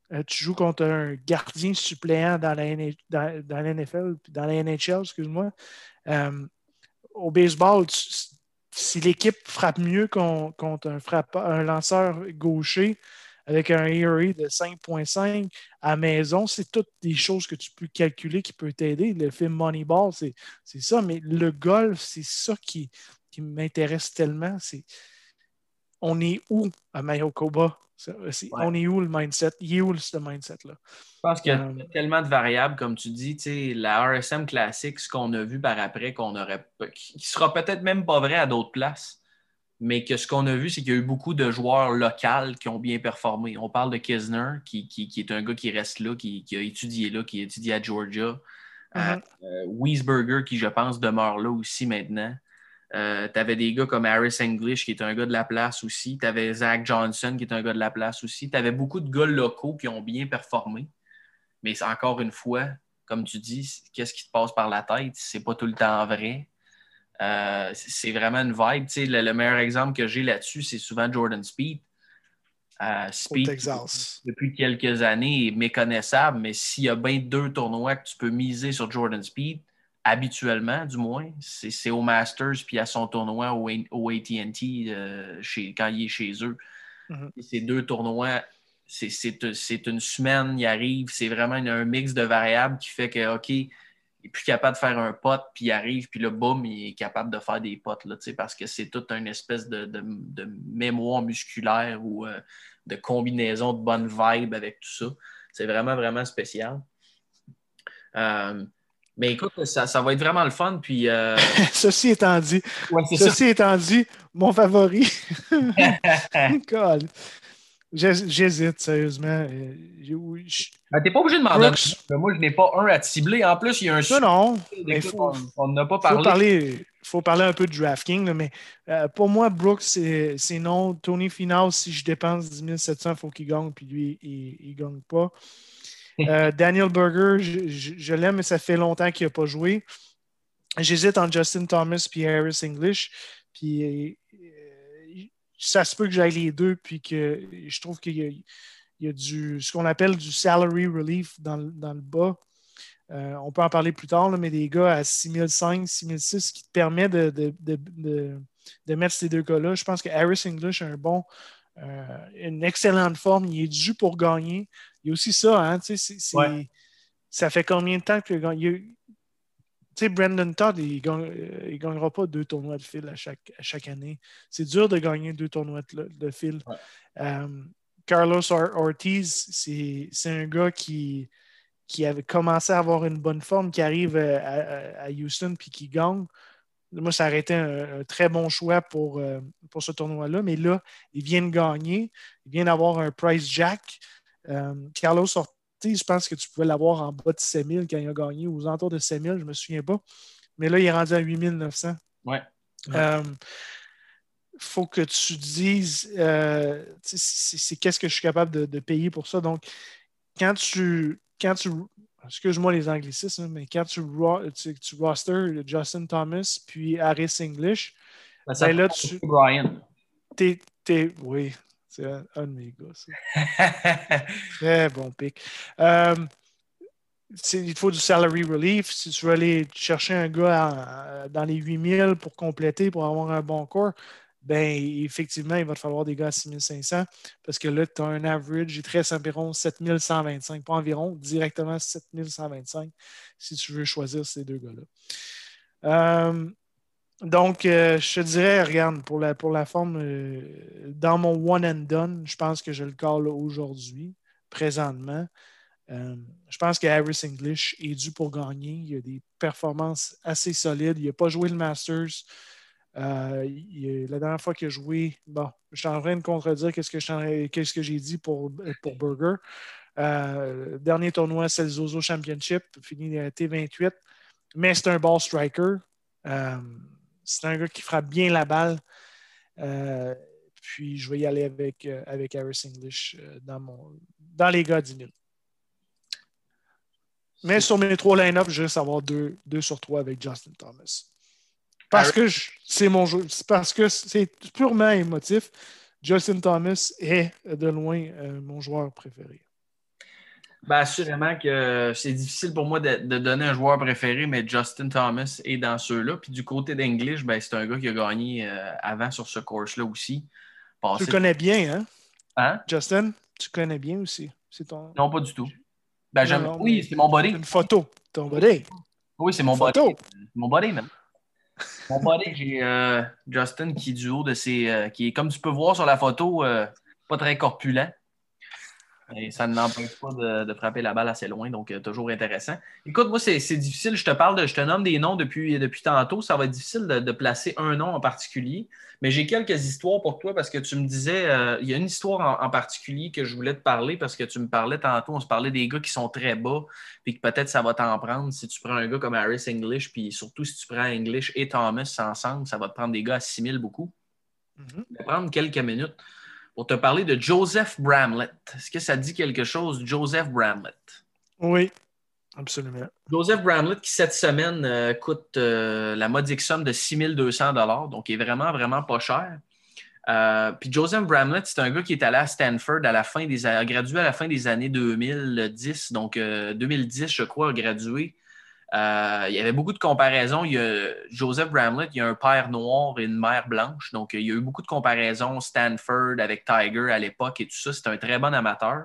[SPEAKER 2] Euh, tu joues contre un gardien suppléant dans la, N H dans, dans la N F L, dans la N H L, excuse-moi. Euh, au baseball, tu, si l'équipe frappe mieux qu'on, contre un, frappe, un lanceur gaucher avec un E R A de cinq virgule cinq à la maison, c'est toutes des choses que tu peux calculer qui peuvent t'aider. Le film Moneyball, c'est, c'est ça, mais le golf, c'est ça qui, qui m'intéresse tellement. C'est on est où à Mayokoba?
[SPEAKER 1] Ouais.
[SPEAKER 2] On est où le mindset? Il est où ce mindset-là?
[SPEAKER 1] Je pense qu'il y a
[SPEAKER 2] Euh,
[SPEAKER 1] tellement de variables, comme tu dis, tu sais, la R S M classique, ce qu'on a vu par après, qu'on aurait pas- qui sera peut-être même pas vrai à d'autres places, mais que ce qu'on a vu, c'est qu'il y a eu beaucoup de joueurs locaux qui ont bien performé. On parle de Kisner, qui, qui, qui est un gars qui reste là, qui, qui a étudié là, qui a étudié à Georgia. Euh,
[SPEAKER 2] mhm,
[SPEAKER 1] euh, Wiesberger, qui, je pense, demeure là aussi maintenant. Euh, tu avais des gars comme Harris English, qui est un gars de la place aussi. Tu avais Zach Johnson, qui est un gars de la place aussi. Tu avais beaucoup de gars locaux qui ont bien performé. Mais c'est encore une fois, comme tu dis, qu'est-ce qui te passe par la tête? C'est pas tout le temps vrai. Euh, c'est vraiment une vibe. Tu sais, le, le meilleur exemple que j'ai là-dessus, c'est souvent Jordan Speed. Euh,
[SPEAKER 2] au
[SPEAKER 1] Speed,
[SPEAKER 2] Texas.
[SPEAKER 1] depuis quelques années, est méconnaissable, mais s'il y a bien deux tournois que tu peux miser sur Jordan Speed, habituellement, du moins, c'est, c'est au Masters puis à son tournoi au, au A T and T euh, chez, quand il est chez eux.
[SPEAKER 2] Mhm.
[SPEAKER 1] Ces deux tournois, c'est, c'est, c'est une semaine, il arrive, c'est vraiment un mix de variables qui fait que, OK, il n'est plus capable de faire un pot, puis il arrive, puis là, boum, il est capable de faire des potes, là, parce que c'est toute une espèce de, de, de mémoire musculaire ou euh, de combinaison de bonnes vibes avec tout ça. C'est vraiment, vraiment spécial. Euh, mais écoute, ça, ça va être vraiment le fun, puis... Euh...
[SPEAKER 2] Ceci étant dit,
[SPEAKER 1] Ouais, c'est ça.
[SPEAKER 2] ceci étant dit, mon favori, God, j'hésite sérieusement. Euh,
[SPEAKER 1] Ben, t'es pas obligé de m'en donner
[SPEAKER 2] Brooks,
[SPEAKER 1] un. Moi, je n'ai pas un à te cibler. En plus, il y a un
[SPEAKER 2] non,
[SPEAKER 1] super
[SPEAKER 2] non, mais il
[SPEAKER 1] écoute,
[SPEAKER 2] faut,
[SPEAKER 1] on n'en a pas
[SPEAKER 2] faut
[SPEAKER 1] parlé.
[SPEAKER 2] parler, faut parler un peu de DraftKings, là, mais euh, pour moi, Brooks, c'est, c'est non. Tony Finau, si je dépense dix mille sept cents, il faut qu'il gagne, puis lui, il ne gagne pas. Euh, Daniel Berger, je, je, je l'aime, mais ça fait longtemps qu'il n'a pas joué. J'hésite entre Justin Thomas et Harris English. Puis euh, ça se peut que j'aille les deux, puis que je trouve qu'il y a, il y a du, ce qu'on appelle du salary relief dans, le- dans le bas. Euh, on peut en parler plus tard, là, mais des gars à six mille cinq, six mille six qui te permet de, de, de, de, de mettre ces deux gars-là. Je pense que Harris English a un bon, euh, une excellente forme. Il est dû pour gagner. Il y a aussi ça, hein, c'est,
[SPEAKER 1] Ouais.
[SPEAKER 2] c'est, ça fait combien de temps que tu sais, Brandon Todd, il ne gagnera pas deux tournois de fil à chaque, à chaque année. C'est dur de gagner deux tournois de, de fil.
[SPEAKER 1] Ouais.
[SPEAKER 2] Euh, Carlos Ortiz, c'est, c'est un gars qui, qui avait commencé à avoir une bonne forme, qui arrive à, à Houston puis qui gagne. Moi, ça aurait été un, un très bon choix pour, euh, pour ce tournoi-là. Mais là, il vient de gagner. Il vient d'avoir un price jack. Euh, Carlos Ortiz, je pense que tu pouvais l'avoir en bas de sept mille quand il a gagné, aux alentours de sept mille, je ne me souviens pas. Mais là, il est rendu à huit mille neuf cents.
[SPEAKER 1] Ouais.
[SPEAKER 2] Il ouais. euh, faut que tu dises euh, c'est, c'est qu'est-ce que je suis capable de, de payer pour ça. Donc, quand tu, quand tu excuse-moi les anglicismes, mais quand tu, tu, tu roster Justin Thomas puis Harris English,
[SPEAKER 1] Ben, ça
[SPEAKER 2] ben
[SPEAKER 1] peut
[SPEAKER 2] là,
[SPEAKER 1] être
[SPEAKER 2] tu
[SPEAKER 1] Brian.
[SPEAKER 2] t'es, t'es, oui, c'est un, un de mes gars, ça. Très bon pick. Euh, il faut du salary relief. Si tu veux aller chercher un gars à, dans les huit mille pour compléter, pour avoir un bon corps, ben effectivement, il va te falloir des gars à six mille cinq cents parce que là, tu as un average, il te reste environ sept mille cent vingt-cinq, pas environ, directement sept mille cent vingt-cinq si tu veux choisir ces deux gars-là. Euh, donc, euh, je te dirais, regarde, pour la, pour la forme, euh, dans mon one and done, je pense que je le call aujourd'hui, présentement. Euh, je pense que Harris English est dû pour gagner. Il a des performances assez solides. Il n'a pas joué le Masters. Euh, il, la dernière fois qu'il a joué, bon, je suis en train de contredire qu'est-ce que, je, qu'est-ce que j'ai dit pour, pour Berger. Euh, dernier tournoi, c'est le Zozo Championship, fini T vingt-huit. Mais c'est un ball striker. Euh, c'est un gars qui frappe bien la balle. Euh, puis je vais y aller avec, euh, avec Harris English euh, dans, mon, dans les gars à dix mille. Mais sur mes trois line-up, je risque d'avoir deux, deux sur trois avec Justin Thomas. Parce que je, c'est mon jeu. C'est parce que c'est purement émotif. Justin Thomas est de loin euh, mon joueur préféré.
[SPEAKER 1] Ben, assurément que c'est difficile pour moi de, de donner un joueur préféré, mais Justin Thomas est dans ceux-là. Puis du côté d'English, ben, c'est un gars qui a gagné euh, avant sur ce course-là aussi.
[SPEAKER 2] Tu le
[SPEAKER 1] Passé...
[SPEAKER 2] connais bien, hein?
[SPEAKER 1] Hein?
[SPEAKER 2] Justin, tu le connais bien aussi. C'est ton.
[SPEAKER 1] Non, pas du tout. Ben,
[SPEAKER 2] Non,
[SPEAKER 1] j'aime...
[SPEAKER 2] non,
[SPEAKER 1] Oui,
[SPEAKER 2] mais
[SPEAKER 1] c'est mon
[SPEAKER 2] c'est
[SPEAKER 1] body.
[SPEAKER 2] une photo. Ton
[SPEAKER 1] Oui,
[SPEAKER 2] body.
[SPEAKER 1] oui, c'est
[SPEAKER 2] Une
[SPEAKER 1] mon body.
[SPEAKER 2] photo.
[SPEAKER 1] C'est mon body, man. Mon body, j'ai euh, Justin qui est du haut de ses. Euh, qui est, comme tu peux voir sur la photo, euh, pas très corpulent. Et ça ne l'empêche pas de, de frapper la balle assez loin, donc euh, toujours intéressant. Écoute, moi, c'est c'est difficile. Je te parle de, je te nomme des noms depuis, depuis tantôt. Ça va être difficile de, de placer un nom en particulier. Mais j'ai quelques histoires pour toi parce que tu me disais, euh, il y a une histoire en, en particulier que je voulais te parler parce que tu me parlais tantôt, on se parlait des gars qui sont très bas, puis que peut-être ça va t'en prendre si tu prends un gars comme Harris English, puis surtout si tu prends English et Thomas ensemble, ça va te prendre des gars à six mille beaucoup.
[SPEAKER 2] Mhm.
[SPEAKER 1] Je vais prendre quelques minutes pour te parler de Joseph Bramlett. Est-ce que ça dit quelque chose, Joseph Bramlett?
[SPEAKER 2] Oui, absolument.
[SPEAKER 1] Joseph Bramlett qui, cette semaine, euh, coûte euh, la modique somme de six mille deux cents dollars, donc il est vraiment, vraiment pas cher. Euh, puis Joseph Bramlett, c'est un gars qui est allé à Stanford à la fin des a gradué à la fin des années deux mille dix, donc euh, deux mille dix, je crois, a gradué. Euh, il y avait beaucoup de comparaisons. Il y a Joseph Bramlett, il y a un père noir et une mère blanche. Donc, il y a eu beaucoup de comparaisons. Stanford avec Tiger à l'époque et tout ça. C'est un très bon amateur.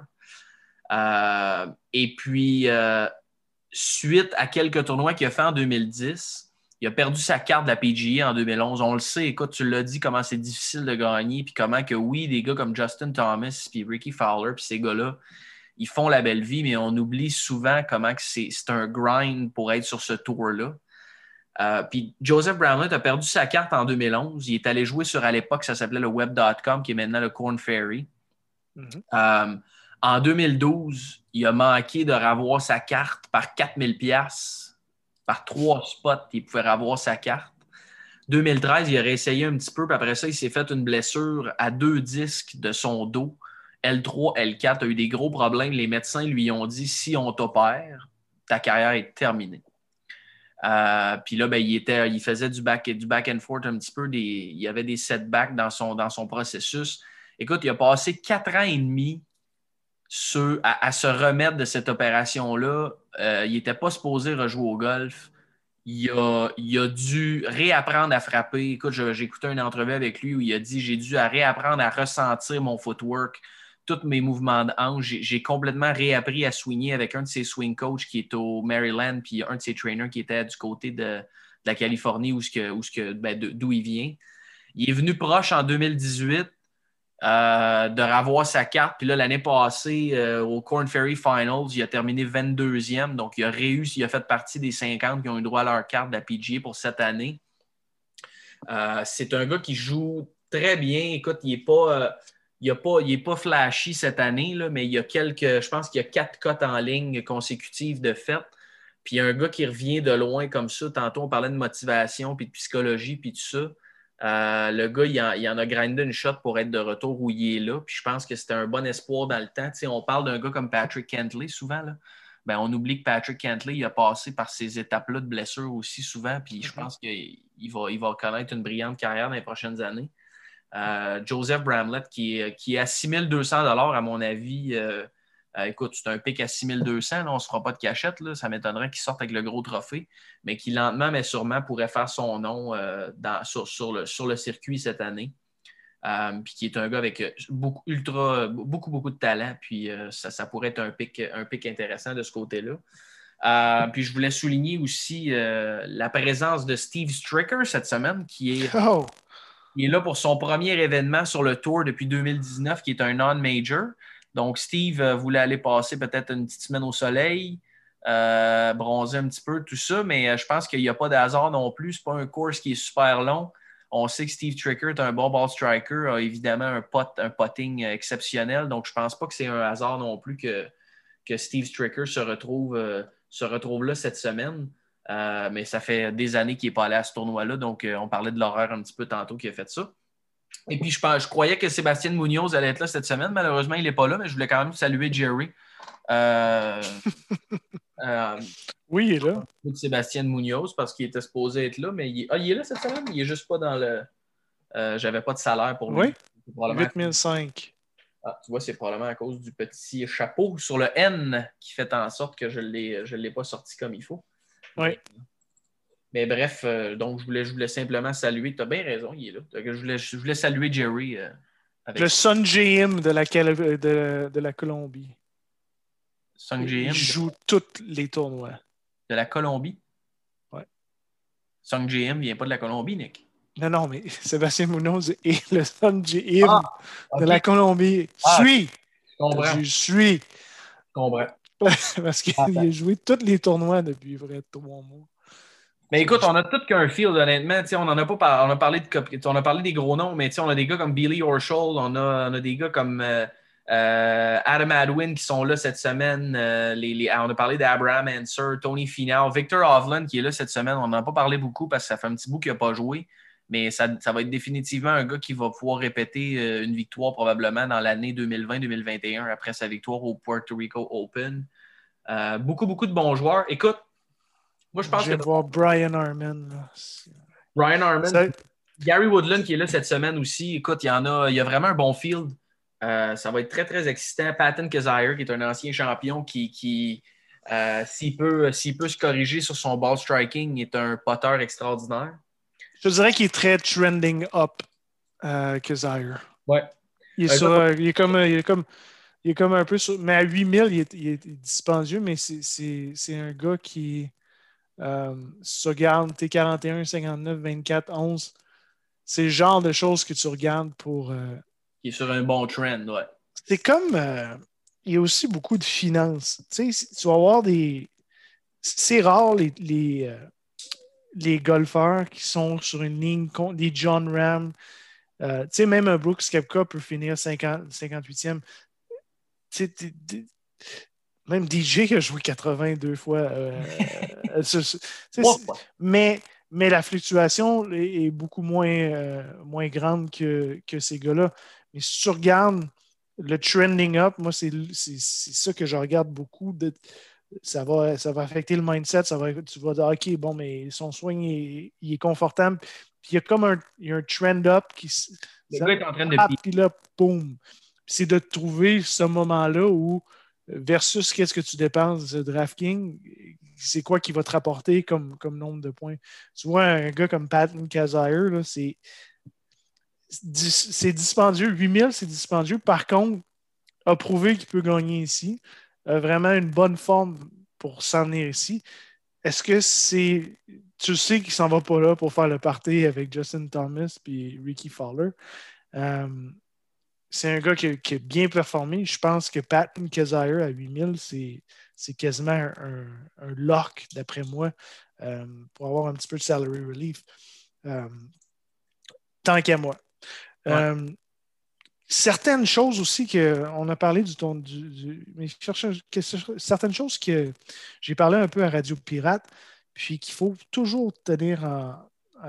[SPEAKER 1] Euh, et puis, euh, suite à quelques tournois qu'il a fait en deux mille dix, il a perdu sa carte de la P G A en deux mille onze. On le sait, écoute, tu l'as dit, comment c'est difficile de gagner, puis comment que oui, des gars comme Justin Thomas, puis Ricky Fowler, puis ces gars-là, ils font la belle vie, mais on oublie souvent comment que c'est, c'est un grind pour être sur ce tour-là. Euh, puis Joseph Bramlett a perdu sa carte en deux mille onze. Il est allé jouer sur, à l'époque, ça s'appelait le web dot com, qui est maintenant le Corn Ferry.
[SPEAKER 2] Mhm.
[SPEAKER 1] Euh, en deux mille douze, il a manqué de ravoir sa carte par quatre mille dollars. Par trois spots, il pouvait ravoir sa carte. deux mille treize, il a réessayé un petit peu, puis après ça, il s'est fait une blessure à deux disques de son dos. L trois, L quatre a eu des gros problèmes. Les médecins lui ont dit, si on t'opère, ta carrière est terminée. Euh, puis là, ben, il, était, il faisait du back, du back and forth un petit peu. Des, il y avait des setbacks dans son, dans son processus. Écoute, il a passé quatre ans et demi sur, à, à se remettre de cette opération-là. Euh, il n'était pas supposé rejouer au golf. Il a, il a dû réapprendre à frapper. Écoute, je, j'ai écouté une entrevue avec lui où il a dit « J'ai dû à réapprendre à ressentir mon footwork, tous mes mouvements de hanche. J'ai, j'ai complètement réappris à swinger avec un de ses swing coachs qui est au Maryland, puis un de ses trainers qui était du côté de, de la Californie où, ce que, où ce que, ben, de, d'où il vient. Il est venu proche en deux mille dix-huit euh, de revoir sa carte. Puis là, l'année passée, euh, au Corn Ferry Finals, il a terminé vingt-deuxième. Donc, il a réussi, il a fait partie des cinquante qui ont eu droit à leur carte de la P G A pour cette année. Euh, c'est un gars qui joue très bien. Écoute, il n'est pas, euh, il a pas, il est pas flashy cette année, là, mais il y a quelques, je pense qu'il y a quatre cotes en ligne consécutives de fait. Puis il y a un gars qui revient de loin comme ça. Tantôt, on parlait de motivation, puis de psychologie, puis tout ça. Euh, le gars, il en, il en a grindé une shot pour être de retour où il est là. Puis je pense que c'était un bon espoir dans le temps. Tu sais, on parle d'un gars comme Patrick Cantlay souvent. Là. Ben, on oublie que Patrick Cantlay il a passé par ces étapes-là de blessure aussi souvent. Puis je pense qu'il va, il va connaître une brillante carrière dans les prochaines années. Euh, Joseph Bramlett, qui est, qui est à six mille deux cents dollars à mon avis. Euh, euh, écoute, c'est un pic à six mille deux cents. Là, on ne se fera pas de cachette. Là, ça m'étonnerait qu'il sorte avec le gros trophée, mais qui lentement, mais sûrement pourrait faire son nom euh, dans, sur, sur, le, sur le circuit cette année. Euh, puis qui est un gars avec beaucoup, ultra, beaucoup, beaucoup de talent. Puis euh, ça, ça pourrait être un pic, un pic intéressant de ce côté-là. Euh, puis je voulais souligner aussi euh, la présence de Steve Stricker cette semaine, qui est,
[SPEAKER 2] Oh!
[SPEAKER 1] qui est là pour son premier événement sur le tour depuis deux mille dix-neuf, qui est un non-major. Donc, Steve euh, voulait aller passer peut-être une petite semaine au soleil, euh, bronzer un petit peu, tout ça, mais euh, je pense qu'il n'y a pas de hasard non plus. Ce n'est pas un course qui est super long. On sait que Steve Stricker est un bon ball striker, a évidemment un, pot, un potting exceptionnel, donc je ne pense pas que c'est un hasard non plus que, que Steve Stricker se retrouve, euh, se retrouve là cette semaine. Euh, mais ça fait des années qu'il n'est pas allé à ce tournoi-là, donc euh, on parlait de l'horreur un petit peu tantôt qui a fait ça. Et puis, je, pense, je croyais que Sébastien Munoz allait être là cette semaine. Malheureusement, il n'est pas là, mais je voulais quand même saluer Jerry. Euh, euh,
[SPEAKER 2] Oui, il est là.
[SPEAKER 1] Sébastien Munoz parce qu'il était supposé être là, mais il, ah, il est là cette semaine. Il n'est juste pas dans le. Euh, j'avais pas de salaire pour lui.
[SPEAKER 2] Oui, huit mille cinq.
[SPEAKER 1] Ah, tu vois, c'est probablement à cause du petit chapeau sur le N qui fait en sorte que je ne l'ai, je l'ai pas sorti comme il faut.
[SPEAKER 2] Oui.
[SPEAKER 1] Mais, mais bref, euh, donc je voulais, je voulais simplement saluer. Tu as bien raison, il est là. Je voulais, je voulais saluer Jerry euh, avec
[SPEAKER 2] Le Sun J M de la, de, de la Colombie.
[SPEAKER 1] Sung
[SPEAKER 2] Il
[SPEAKER 1] J M de,
[SPEAKER 2] joue tous les tournois.
[SPEAKER 1] de la Colombie.
[SPEAKER 2] Ouais.
[SPEAKER 1] Sung J M vient pas de la Colombie, Nick.
[SPEAKER 2] Non, non, mais Sébastien Munoz est le Sun J
[SPEAKER 1] Ah,
[SPEAKER 2] M de
[SPEAKER 1] OK.
[SPEAKER 2] la Colombie.
[SPEAKER 1] Ah,
[SPEAKER 2] Suis!
[SPEAKER 1] je comprends.
[SPEAKER 2] Je suis!
[SPEAKER 1] Je comprends.
[SPEAKER 2] Parce qu'il a joué tous les tournois depuis vrai trois mois.
[SPEAKER 1] Mais écoute, on a tout qu'un field, honnêtement. T'sais, on en a pas par... on a parlé de on a parlé des gros noms, mais on a des gars comme Billy Horschel, on a, on a des gars comme euh, euh, Adam Hadwin qui sont là cette semaine. Euh, les, les... On a parlé d'Abraham Anser, Tony Finau, Victor Hovland qui est là cette semaine. On n'en a pas parlé beaucoup parce que ça fait un petit bout qu'il n'a pas joué. Mais ça, ça va être définitivement un gars qui va pouvoir répéter euh, une victoire probablement dans l'année deux mille vingt deux mille vingt et un après sa victoire au Puerto Rico Open. Euh, beaucoup, beaucoup de bons joueurs. Écoute, moi je pense
[SPEAKER 2] Je
[SPEAKER 1] que
[SPEAKER 2] viens de voir Brian Harman. Là.
[SPEAKER 1] Ryan Harman,
[SPEAKER 2] Ça,
[SPEAKER 1] Gary Woodland qui est là cette semaine aussi. Écoute, il y en a, il y a vraiment un bon field. Euh, ça va être très, très excitant. Patton Kazire, qui est un ancien champion qui, qui euh, s'il peut, s'il peut se corriger sur son ball striking, est un poteur extraordinaire.
[SPEAKER 2] je dirais qu'il est très trending up, euh, Kazire.
[SPEAKER 1] Ouais.
[SPEAKER 2] Il est,
[SPEAKER 1] Euh,
[SPEAKER 2] sur,
[SPEAKER 1] écoute,
[SPEAKER 2] euh, il, est comme, il, est comme, il est comme un peu sur. Mais à huit mille, il est, il est dispendieux, mais c'est, c'est, c'est un gars qui euh, se regarde T quarante et un, cinquante-neuf, vingt-quatre, onze. C'est le genre de choses que tu regardes pour. Euh,
[SPEAKER 1] il est sur un bon trend, ouais.
[SPEAKER 2] c'est comme. Euh, il y a aussi beaucoup de finances. Tu sais, tu vas avoir des. C'est rare les, les, euh, les golfeurs qui sont sur une ligne contre des John Ram. Euh, tu sais, même un Brooks Koepka peut finir cinquante, cinquante-huitième. Tu sais, même D J qui a joué quatre-vingt-deux fois. Euh, mais, mais la fluctuation est, est beaucoup moins, euh, moins grande que, que ces gars-là. Mais si tu regardes le trending up, moi, c'est, c'est, c'est ça que je regarde beaucoup. De, ça, va, ça va affecter le mindset. Ça va, tu vas dire, OK, bon, mais son swing, est, il est confortable. Puis il y a comme un, il y a un trend up qui
[SPEAKER 1] Le
[SPEAKER 2] ça,
[SPEAKER 1] gars est en train de
[SPEAKER 2] ah,
[SPEAKER 1] piquer.
[SPEAKER 2] puis là, boum. C'est de trouver ce moment-là où versus qu'est-ce que tu dépenses de DraftKings, c'est quoi qui va te rapporter comme, comme nombre de points. Tu vois, un gars comme Patton Kazire, là, c'est, c'est dispendieux. huit mille, c'est dispendieux. Par contre, a prouvé qu'il peut gagner ici. A vraiment une bonne forme pour s'en venir ici. Est-ce que c'est. Tu sais qu'il s'en va pas là pour faire le party avec Justin Thomas et Ricky Fowler. Euh, c'est un gars qui, qui a bien performé. Je pense que Patton Kazire à huit mille, c'est, c'est quasiment un, un lock, d'après moi, euh, pour avoir un petit peu de salary relief. Euh, tant qu'à moi.
[SPEAKER 1] Ouais.
[SPEAKER 2] Euh, certaines choses aussi que on a parlé du ton du, du mais je cherche certaines choses que j'ai parlé un peu à Radio Pirate, puis qu'il faut toujours tenir en,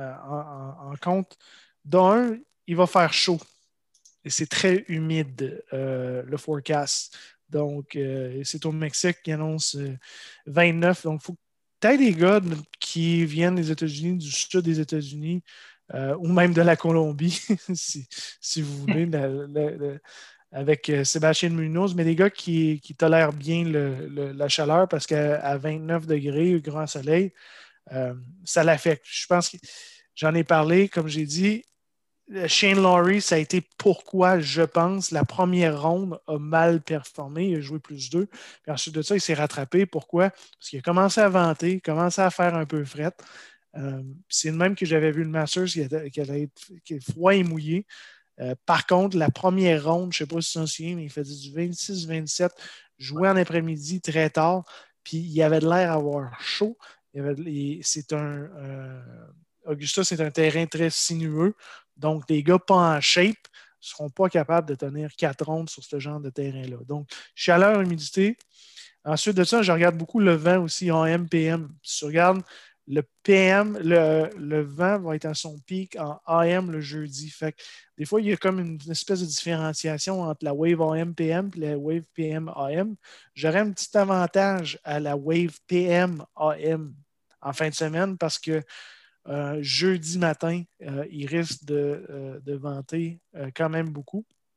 [SPEAKER 2] en, en compte. D'un, il va faire chaud. Et c'est très humide, euh, le forecast. Donc, euh, c'est au Mexique qui annonce euh, vingt-neuf. Donc, il faut que tu aies des gars qui viennent des États-Unis, du sud des États-Unis, euh, ou même de la Colombie, si, si, vous voulez, la, la, la, avec euh, Sébastien Munoz, mais des gars qui, qui tolèrent bien le, le, la chaleur parce qu'à vingt-neuf degrés, grand soleil, euh, ça l'affecte. Je pense que j'en ai parlé, comme j'ai dit, Shane Lowry, ça a été pourquoi, je pense, la première ronde a mal performé. Il a joué plus deux. Puis ensuite de ça, il s'est rattrapé. Pourquoi? Parce qu'il a commencé à vanter, commencé à faire un peu fret. Euh, c'est le même que j'avais vu le Masters qui, était, qui allait être qui est froid et mouillé. Euh, par contre, la première ronde, je ne sais pas si tu t'en souviens, mais il faisait du vingt-six vingt-sept, joué en après-midi très tard, puis il avait de l'air à avoir chaud. Il avait, il, c'est un, euh, Augusta, c'est un terrain très sinueux, donc les gars pas en shape ne seront pas capables de tenir quatre rondes sur ce genre de terrain-là. Donc, chaleur, humidité. Ensuite de ça, je regarde beaucoup le vent aussi en M P M. Si tu regardes le P M, le, le vent va être à son pic en A M le jeudi. Fait que des fois, il y a comme une, une espèce de différenciation entre la wave A M P M et la wave P M A M. J'aurais un petit avantage à la wave P M A M en fin de semaine parce que euh, jeudi matin, euh, il risque de, euh, de vanter euh, quand même beaucoup.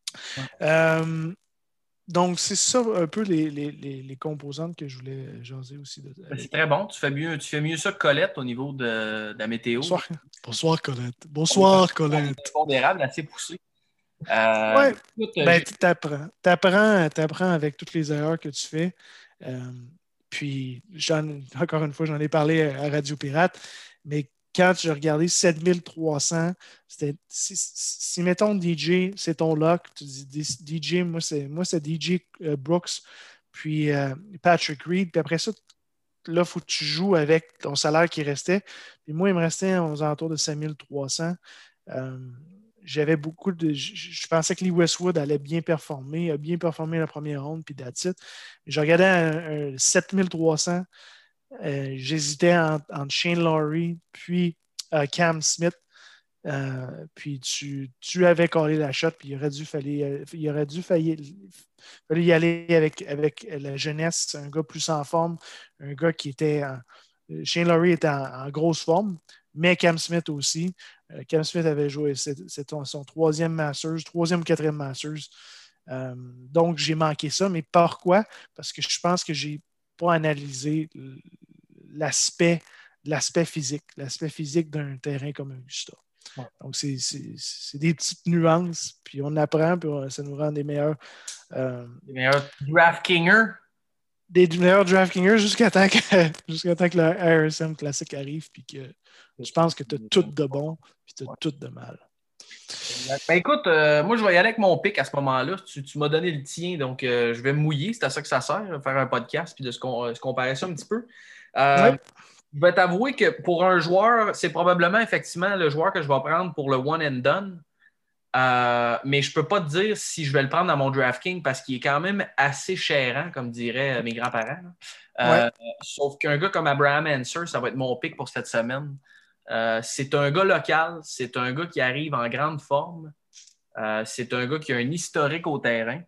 [SPEAKER 1] Ouais.
[SPEAKER 2] Euh, donc, c'est ça un peu les, les, les, les composantes que je voulais jaser aussi. De,
[SPEAKER 1] Ben, c'est
[SPEAKER 2] avec.
[SPEAKER 1] très bon. Tu fais mieux, tu fais mieux ça que Colette au niveau de, de la météo.
[SPEAKER 2] Bonsoir. Bonsoir, Colette.
[SPEAKER 1] On est
[SPEAKER 2] Bonsoir,
[SPEAKER 1] on est
[SPEAKER 2] Colette.
[SPEAKER 1] impondérable, assez poussé. Euh,
[SPEAKER 2] Ouais.
[SPEAKER 1] écoute,
[SPEAKER 2] Ben,
[SPEAKER 1] j'ai-
[SPEAKER 2] tu t'apprends. T'apprends, t'apprends avec toutes les erreurs que tu fais. Euh, puis, j'en, encore une fois, j'en ai parlé à Radio Pirate, mais quand j'ai regardé sept mille trois cents, c'était, si, si, mettons D J, c'est ton lock, tu dis D J, moi c'est, moi, c'est D J euh, Brooks, puis euh, Patrick Reed, puis après ça, là, il faut que tu joues avec ton salaire qui restait. Puis moi, il me restait aux alentours de cinq mille trois cents. Euh, j'avais beaucoup de. Je, je pensais que Lee Westwood allait bien performer. Il a bien performé la première ronde, puis that's it. Je regardais un, un sept mille trois cents. Euh, j'hésitais entre, entre Shane Lowry puis euh, Cam Smith. Euh, puis tu, tu avais collé la shot, puis il aurait dû, fallait, il aurait dû faillir, fallait y aller avec, avec la jeunesse, un gars plus en forme, un gars qui était en, Shane Lowry était en, en grosse forme, mais Cam Smith aussi. Euh, Cam Smith avait joué, c'est, c'est son, son troisième Masters, troisième ou quatrième Masters. Euh, donc, j'ai manqué ça. Mais pourquoi? Parce que je pense que j'ai pas analysé l'aspect, l'aspect physique, l'aspect physique d'un terrain comme Augusta. Donc, c'est, c'est, c'est des petites nuances, puis on apprend, puis on- ça nous rend des meilleurs, euh,
[SPEAKER 1] les meilleurs DraftKingers.
[SPEAKER 2] des meilleurs DraftKingers jusqu'à temps que, jusqu'à temps que le R S M classique arrive, puis que tu penses que tu as tout de bon, puis tu as
[SPEAKER 1] Ouais.
[SPEAKER 2] tout de mal.
[SPEAKER 1] Exact. Ben écoute, euh, moi je vais y aller avec mon pic à ce moment-là. Tu, tu m'as donné le tien, donc euh, je vais me mouiller. C'est à ça que ça sert, faire un podcast puis de se, com- se comparer ça un petit peu.
[SPEAKER 2] Oui,
[SPEAKER 1] Euh, je vais t'avouer que pour un joueur, c'est probablement effectivement le joueur que je vais prendre pour le one and done. Euh, mais je ne peux pas te dire si je vais le prendre dans mon DraftKings parce qu'il est quand même assez chérant, comme diraient mes grands-parents.
[SPEAKER 2] ouais.
[SPEAKER 1] Euh, sauf qu'un gars comme Abraham Anser, ça va être mon pic pour cette semaine. Euh, c'est un gars local, c'est un gars qui arrive en grande forme. Euh, c'est un gars qui a un historique au terrain.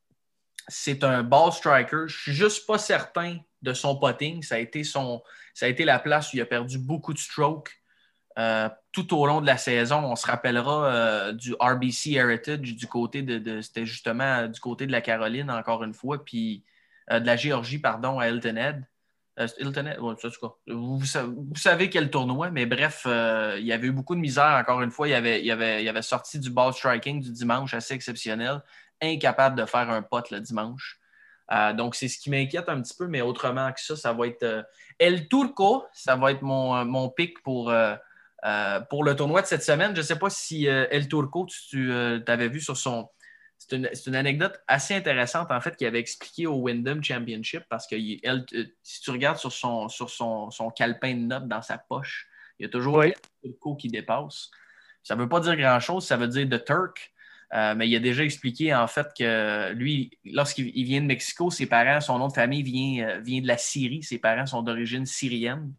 [SPEAKER 1] C'est un ball striker. Je suis juste pas certain de son putting. Ça a été, son, ça a été la place où il a perdu beaucoup de strokes euh, tout au long de la saison. On se rappellera euh, du R B C Heritage du côté de, de c'était justement du côté de la Caroline encore une fois, puis euh, de la Géorgie, pardon, à Hilton Head. Euh, Hilton Head, ouais, ça, vous, vous, vous, savez quel tournoi, mais bref, euh, il y avait eu beaucoup de misère. Encore une fois, il avait, il avait, il avait sorti du ball striking du dimanche assez exceptionnel, incapable de faire un pot le dimanche. Euh, donc, c'est ce qui m'inquiète un petit peu, mais autrement que ça, ça va être euh, El Turco, ça va être mon, mon pic pour, euh, euh, pour le tournoi de cette semaine. Je ne sais pas si euh, El Turco, tu, tu euh, avais vu sur son. C'est une, c'est une anecdote assez intéressante, en fait, qu'il avait expliqué au Wyndham Championship parce que il, elle, euh, si tu regardes sur son, sur son, son calepin de notes dans sa poche, il y a toujours
[SPEAKER 2] Oui.
[SPEAKER 1] El Turco qui dépasse. Ça ne veut pas dire grand-chose, ça veut dire The Turk. Euh, mais il a déjà expliqué en fait que lui, lorsqu'il vient de Mexico, ses parents, son nom de famille vient, euh, vient de la Syrie. Ses parents sont d'origine syrienne.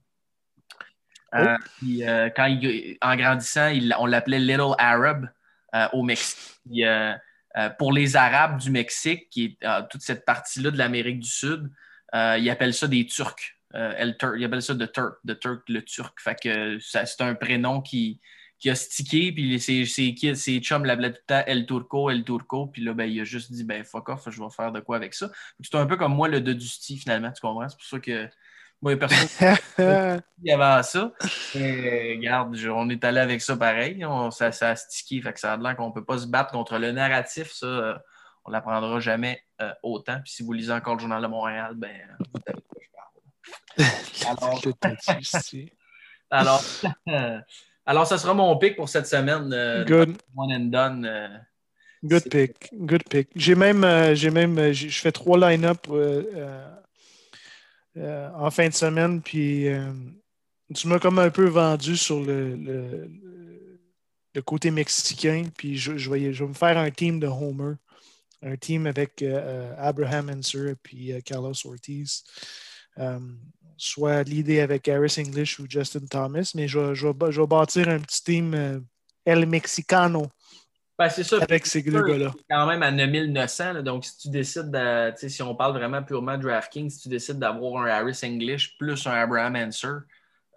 [SPEAKER 2] Oh.
[SPEAKER 1] Euh, puis, euh, quand il, en grandissant, il, on l'appelait Little Arab euh, au Mexique. Puis, euh, euh, pour les Arabes du Mexique, qui est euh, toute cette partie-là de l'Amérique du Sud, euh, ils appellent ça des Turcs. Euh, El Turk, ils appellent ça de Turk, de Turk le Turc. Fait que ça, c'est un prénom qui, qui a stické, puis ses, ses, ses chums l'appelaient tout le temps El Turco, El Turco, puis là, ben, il a juste dit, ben, fuck off, je vais faire de quoi avec ça. C'est un peu comme moi, le Dedusti, finalement, tu comprends? C'est pour ça que moi, il n'y a personne qui avant ça. Mais regarde, je- on est allé avec ça pareil. On, ça, ça a stické, fait que ça a l'air qu'on ne peut pas se battre contre le narratif, ça. Euh, on ne l'apprendra jamais euh, autant. Puis si vous lisez encore le Journal de Montréal, ben, vous savez de quoi je parle. Alors,
[SPEAKER 2] Le Tati,
[SPEAKER 1] alors, alors, ça sera mon pic pour cette semaine. Euh, dans
[SPEAKER 2] Good.
[SPEAKER 1] One and Done. Euh,
[SPEAKER 2] Good
[SPEAKER 1] c'est-
[SPEAKER 2] pick. Good pick. J'ai même, euh, j'ai même, euh, j'ai- je fais trois line-up euh, euh, euh, en fin de semaine, puis euh, tu m'as comme un peu vendu sur le, le, le côté mexicain, puis je, je, vais, je vais me faire un team de Homer, un team avec euh, euh, Abraham Anser puis euh, Carlos Ortiz. Euh, soit l'idée avec Harris English ou Justin Thomas, mais je vais, je vais, je vais bâtir un petit team euh, El Mexicano
[SPEAKER 1] Ben, c'est ça. Puis,
[SPEAKER 2] avec ces deux gars-là.
[SPEAKER 1] c'est quand même à neuf mille neuf cents. Là, donc, si tu décides, de, tu sais, si on parle vraiment purement DraftKings, si tu décides d'avoir un Harris English plus un Abraham Anser,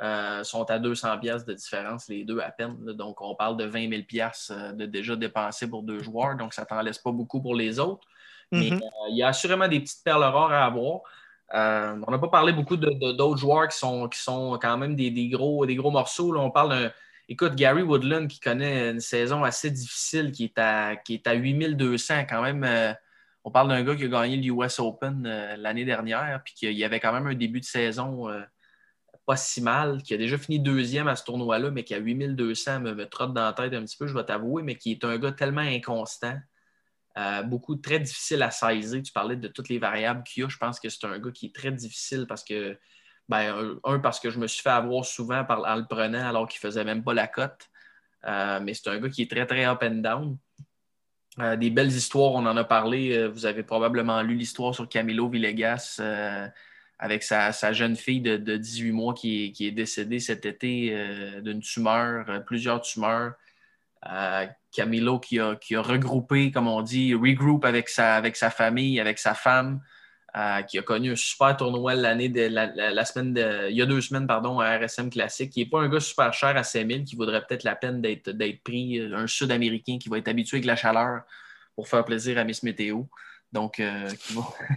[SPEAKER 1] euh, sont à deux cents piastres de différence, les deux à peine. Là. Donc, on parle de vingt mille piastres de déjà dépensés pour deux joueurs. Donc, ça t'en laisse pas beaucoup pour les autres. Mais
[SPEAKER 2] Mm-hmm.
[SPEAKER 1] euh, il y a assurément des petites perles rares à avoir. Euh, on n'a pas parlé beaucoup de, de, d'autres joueurs qui sont, qui sont quand même des, des, gros, des gros morceaux. Là. On parle d'un. Écoute, Gary Woodland qui connaît une saison assez difficile, qui est à, qui est à huit mille deux cents quand même. Euh, on parle d'un gars qui a gagné l'U S Open euh, l'année dernière, puis qu'il y avait quand même un début de saison euh, pas si mal, qui a déjà fini deuxième à ce tournoi-là, mais qui a huit mille deux cents me, me trotte dans la tête un petit peu, je vais t'avouer, mais qui est un gars tellement inconstant. Euh, beaucoup très difficile à saisir. Tu parlais de toutes les variables qu'il y a. Je pense que c'est un gars qui est très difficile parce que, ben, un, parce que je me suis fait avoir souvent par, en le prenant alors qu'il ne faisait même pas la cote. Euh, mais c'est un gars qui est très, très up and down. Euh, des belles histoires, on en a parlé. Euh, vous avez probablement lu l'histoire sur Camilo Villegas euh, avec sa, sa, jeune fille de, de dix-huit mois qui est, qui est décédée cet été euh, d'une tumeur, euh, plusieurs tumeurs. Euh, Camilo qui a, qui a regroupé, comme on dit, regroupe avec sa, avec sa famille, avec sa femme, euh, qui a connu un super tournoi l'année de, la, la, la semaine de, il y a deux semaines, pardon, à R S M Classique, qui n'est pas un gars super cher à cinq mille, qui vaudrait peut-être la peine d'être, d'être pris, un Sud-Américain qui va être habitué avec la chaleur pour faire plaisir à Miss Météo. Donc, euh, qui va...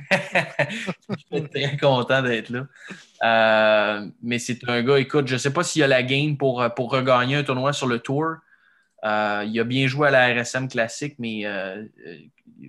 [SPEAKER 1] je suis très content d'être là. Euh, mais c'est un gars, écoute, je ne sais pas s'il a la game pour, pour regagner un tournoi sur le tour. Euh, il a bien joué à la R S M Classique, mais euh, il,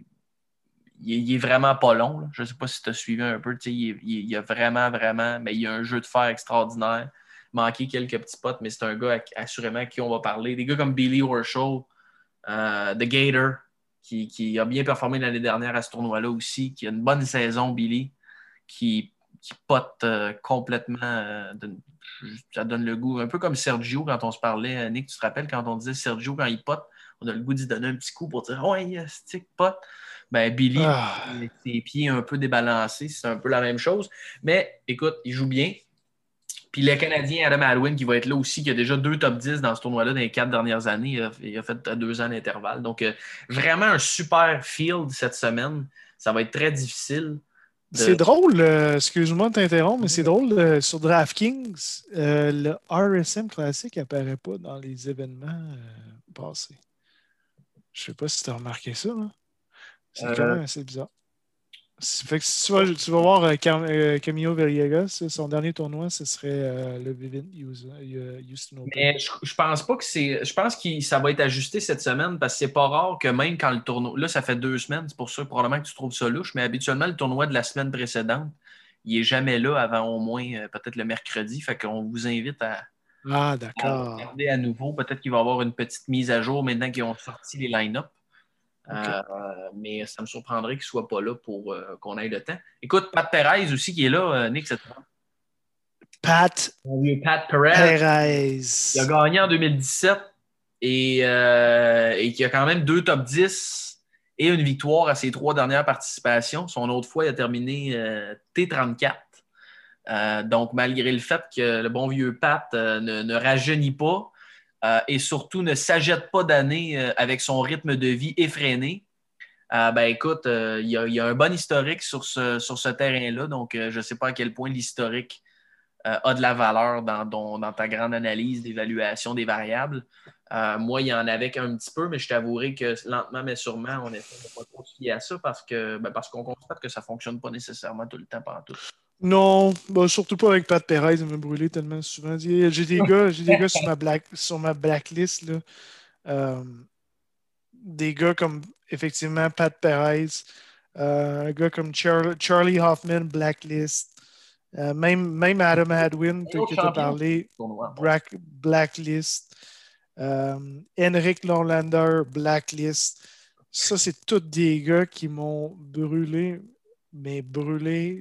[SPEAKER 1] il est vraiment pas long. Là. Je ne sais pas si tu as suivi un peu. Il, il, il a vraiment, vraiment, mais il a un jeu de fer extraordinaire. Manqué quelques petits potes, mais c'est un gars assurément à qui on va parler. Des gars comme Billy Horschel, euh, The Gator, qui, qui a bien performé l'année dernière à ce tournoi-là aussi, qui a une bonne saison, Billy, qui, qui pote euh, complètement. Euh, de, ça donne le goût. Un peu comme Sergio quand on se parlait, Nick, tu te rappelles quand on disait Sergio quand il pote, on a le goût d'y donner un petit coup pour dire ouais, oh, stick pote. Ben, Billy,
[SPEAKER 2] Ah.
[SPEAKER 1] lui, ses pieds un peu débalancés, c'est un peu la même chose. Mais écoute, il joue bien. Puis le Canadien Adam Hadwin qui va être là aussi, qui a déjà deux top dix dans ce tournoi-là dans les quatre dernières années. Il a, il a fait deux ans d'intervalle. Donc, euh, vraiment un super field cette semaine. Ça va être très difficile. De...
[SPEAKER 2] C'est drôle, euh, excuse-moi de t'interrompre, mais c'est drôle, euh, sur DraftKings, euh, le R S M Classic n'apparaît pas dans les événements euh, passés. Je ne sais pas si tu as remarqué ça. Hein? C'est euh... quand même assez bizarre. Fait que si tu vas, tu vas voir euh, Cam, euh, Camilo Villegas, son dernier tournoi, ce serait euh, le Vivint Houston Open.
[SPEAKER 1] Mais je, je pense pas que c'est. Je pense que ça va être ajusté cette semaine parce que c'est pas rare que même quand le tournoi. Là, ça fait deux semaines, c'est pour ça probablement que tu trouves ça louche, mais habituellement, le tournoi de la semaine précédente, il est jamais là avant au moins euh, peut-être le mercredi. Fait qu'on vous invite à,
[SPEAKER 2] ah,
[SPEAKER 1] à regarder à nouveau. Peut-être qu'il va y avoir une petite mise à jour maintenant qu'ils ont sorti les line-up. Okay. Euh, mais ça me surprendrait qu'il ne soit pas là pour euh, qu'on ait le temps. Écoute, Pat Perez aussi qui est là, euh, Nick, cette fois.
[SPEAKER 2] Pat,
[SPEAKER 1] Pat Perez,
[SPEAKER 2] Perez.
[SPEAKER 1] Il a gagné en deux mille dix-sept et, euh, et qui a quand même deux top dix et une victoire à ses trois dernières participations. Son autre fois, il a terminé euh, T trente-quatre. Euh, donc, malgré le fait que le bon vieux Pat euh, ne, ne rajeunit pas, Euh, et surtout ne s'agite pas d'années euh, avec son rythme de vie effréné. Euh, ben écoute, euh, il, y a, il y a un bon historique sur ce, sur ce terrain-là, donc euh, je ne sais pas à quel point l'historique euh, a de la valeur dans, ton, dans ta grande analyse d'évaluation des variables. Euh, moi, il y en avait qu'un petit peu, mais je t'avouerai que lentement mais sûrement, on essaie de ne pas trop se fier à ça parce, que, ben, parce qu'on constate que ça ne fonctionne pas nécessairement tout le temps pendant tout.
[SPEAKER 2] Non, bah, surtout pas avec Pat Perez, il m'a brûlé tellement souvent. J'ai des gars, j'ai des gars sur ma black, sur ma blacklist, là. Euh, des gars comme effectivement Pat Perez, euh, un gars comme Char Charlie Hoffman, blacklist, euh, même, même Adam Hadwin que tu as parlé, black, blacklist, euh, Henrik Norlander, blacklist. Ça, c'est tous des gars qui m'ont brûlé, mais brûlé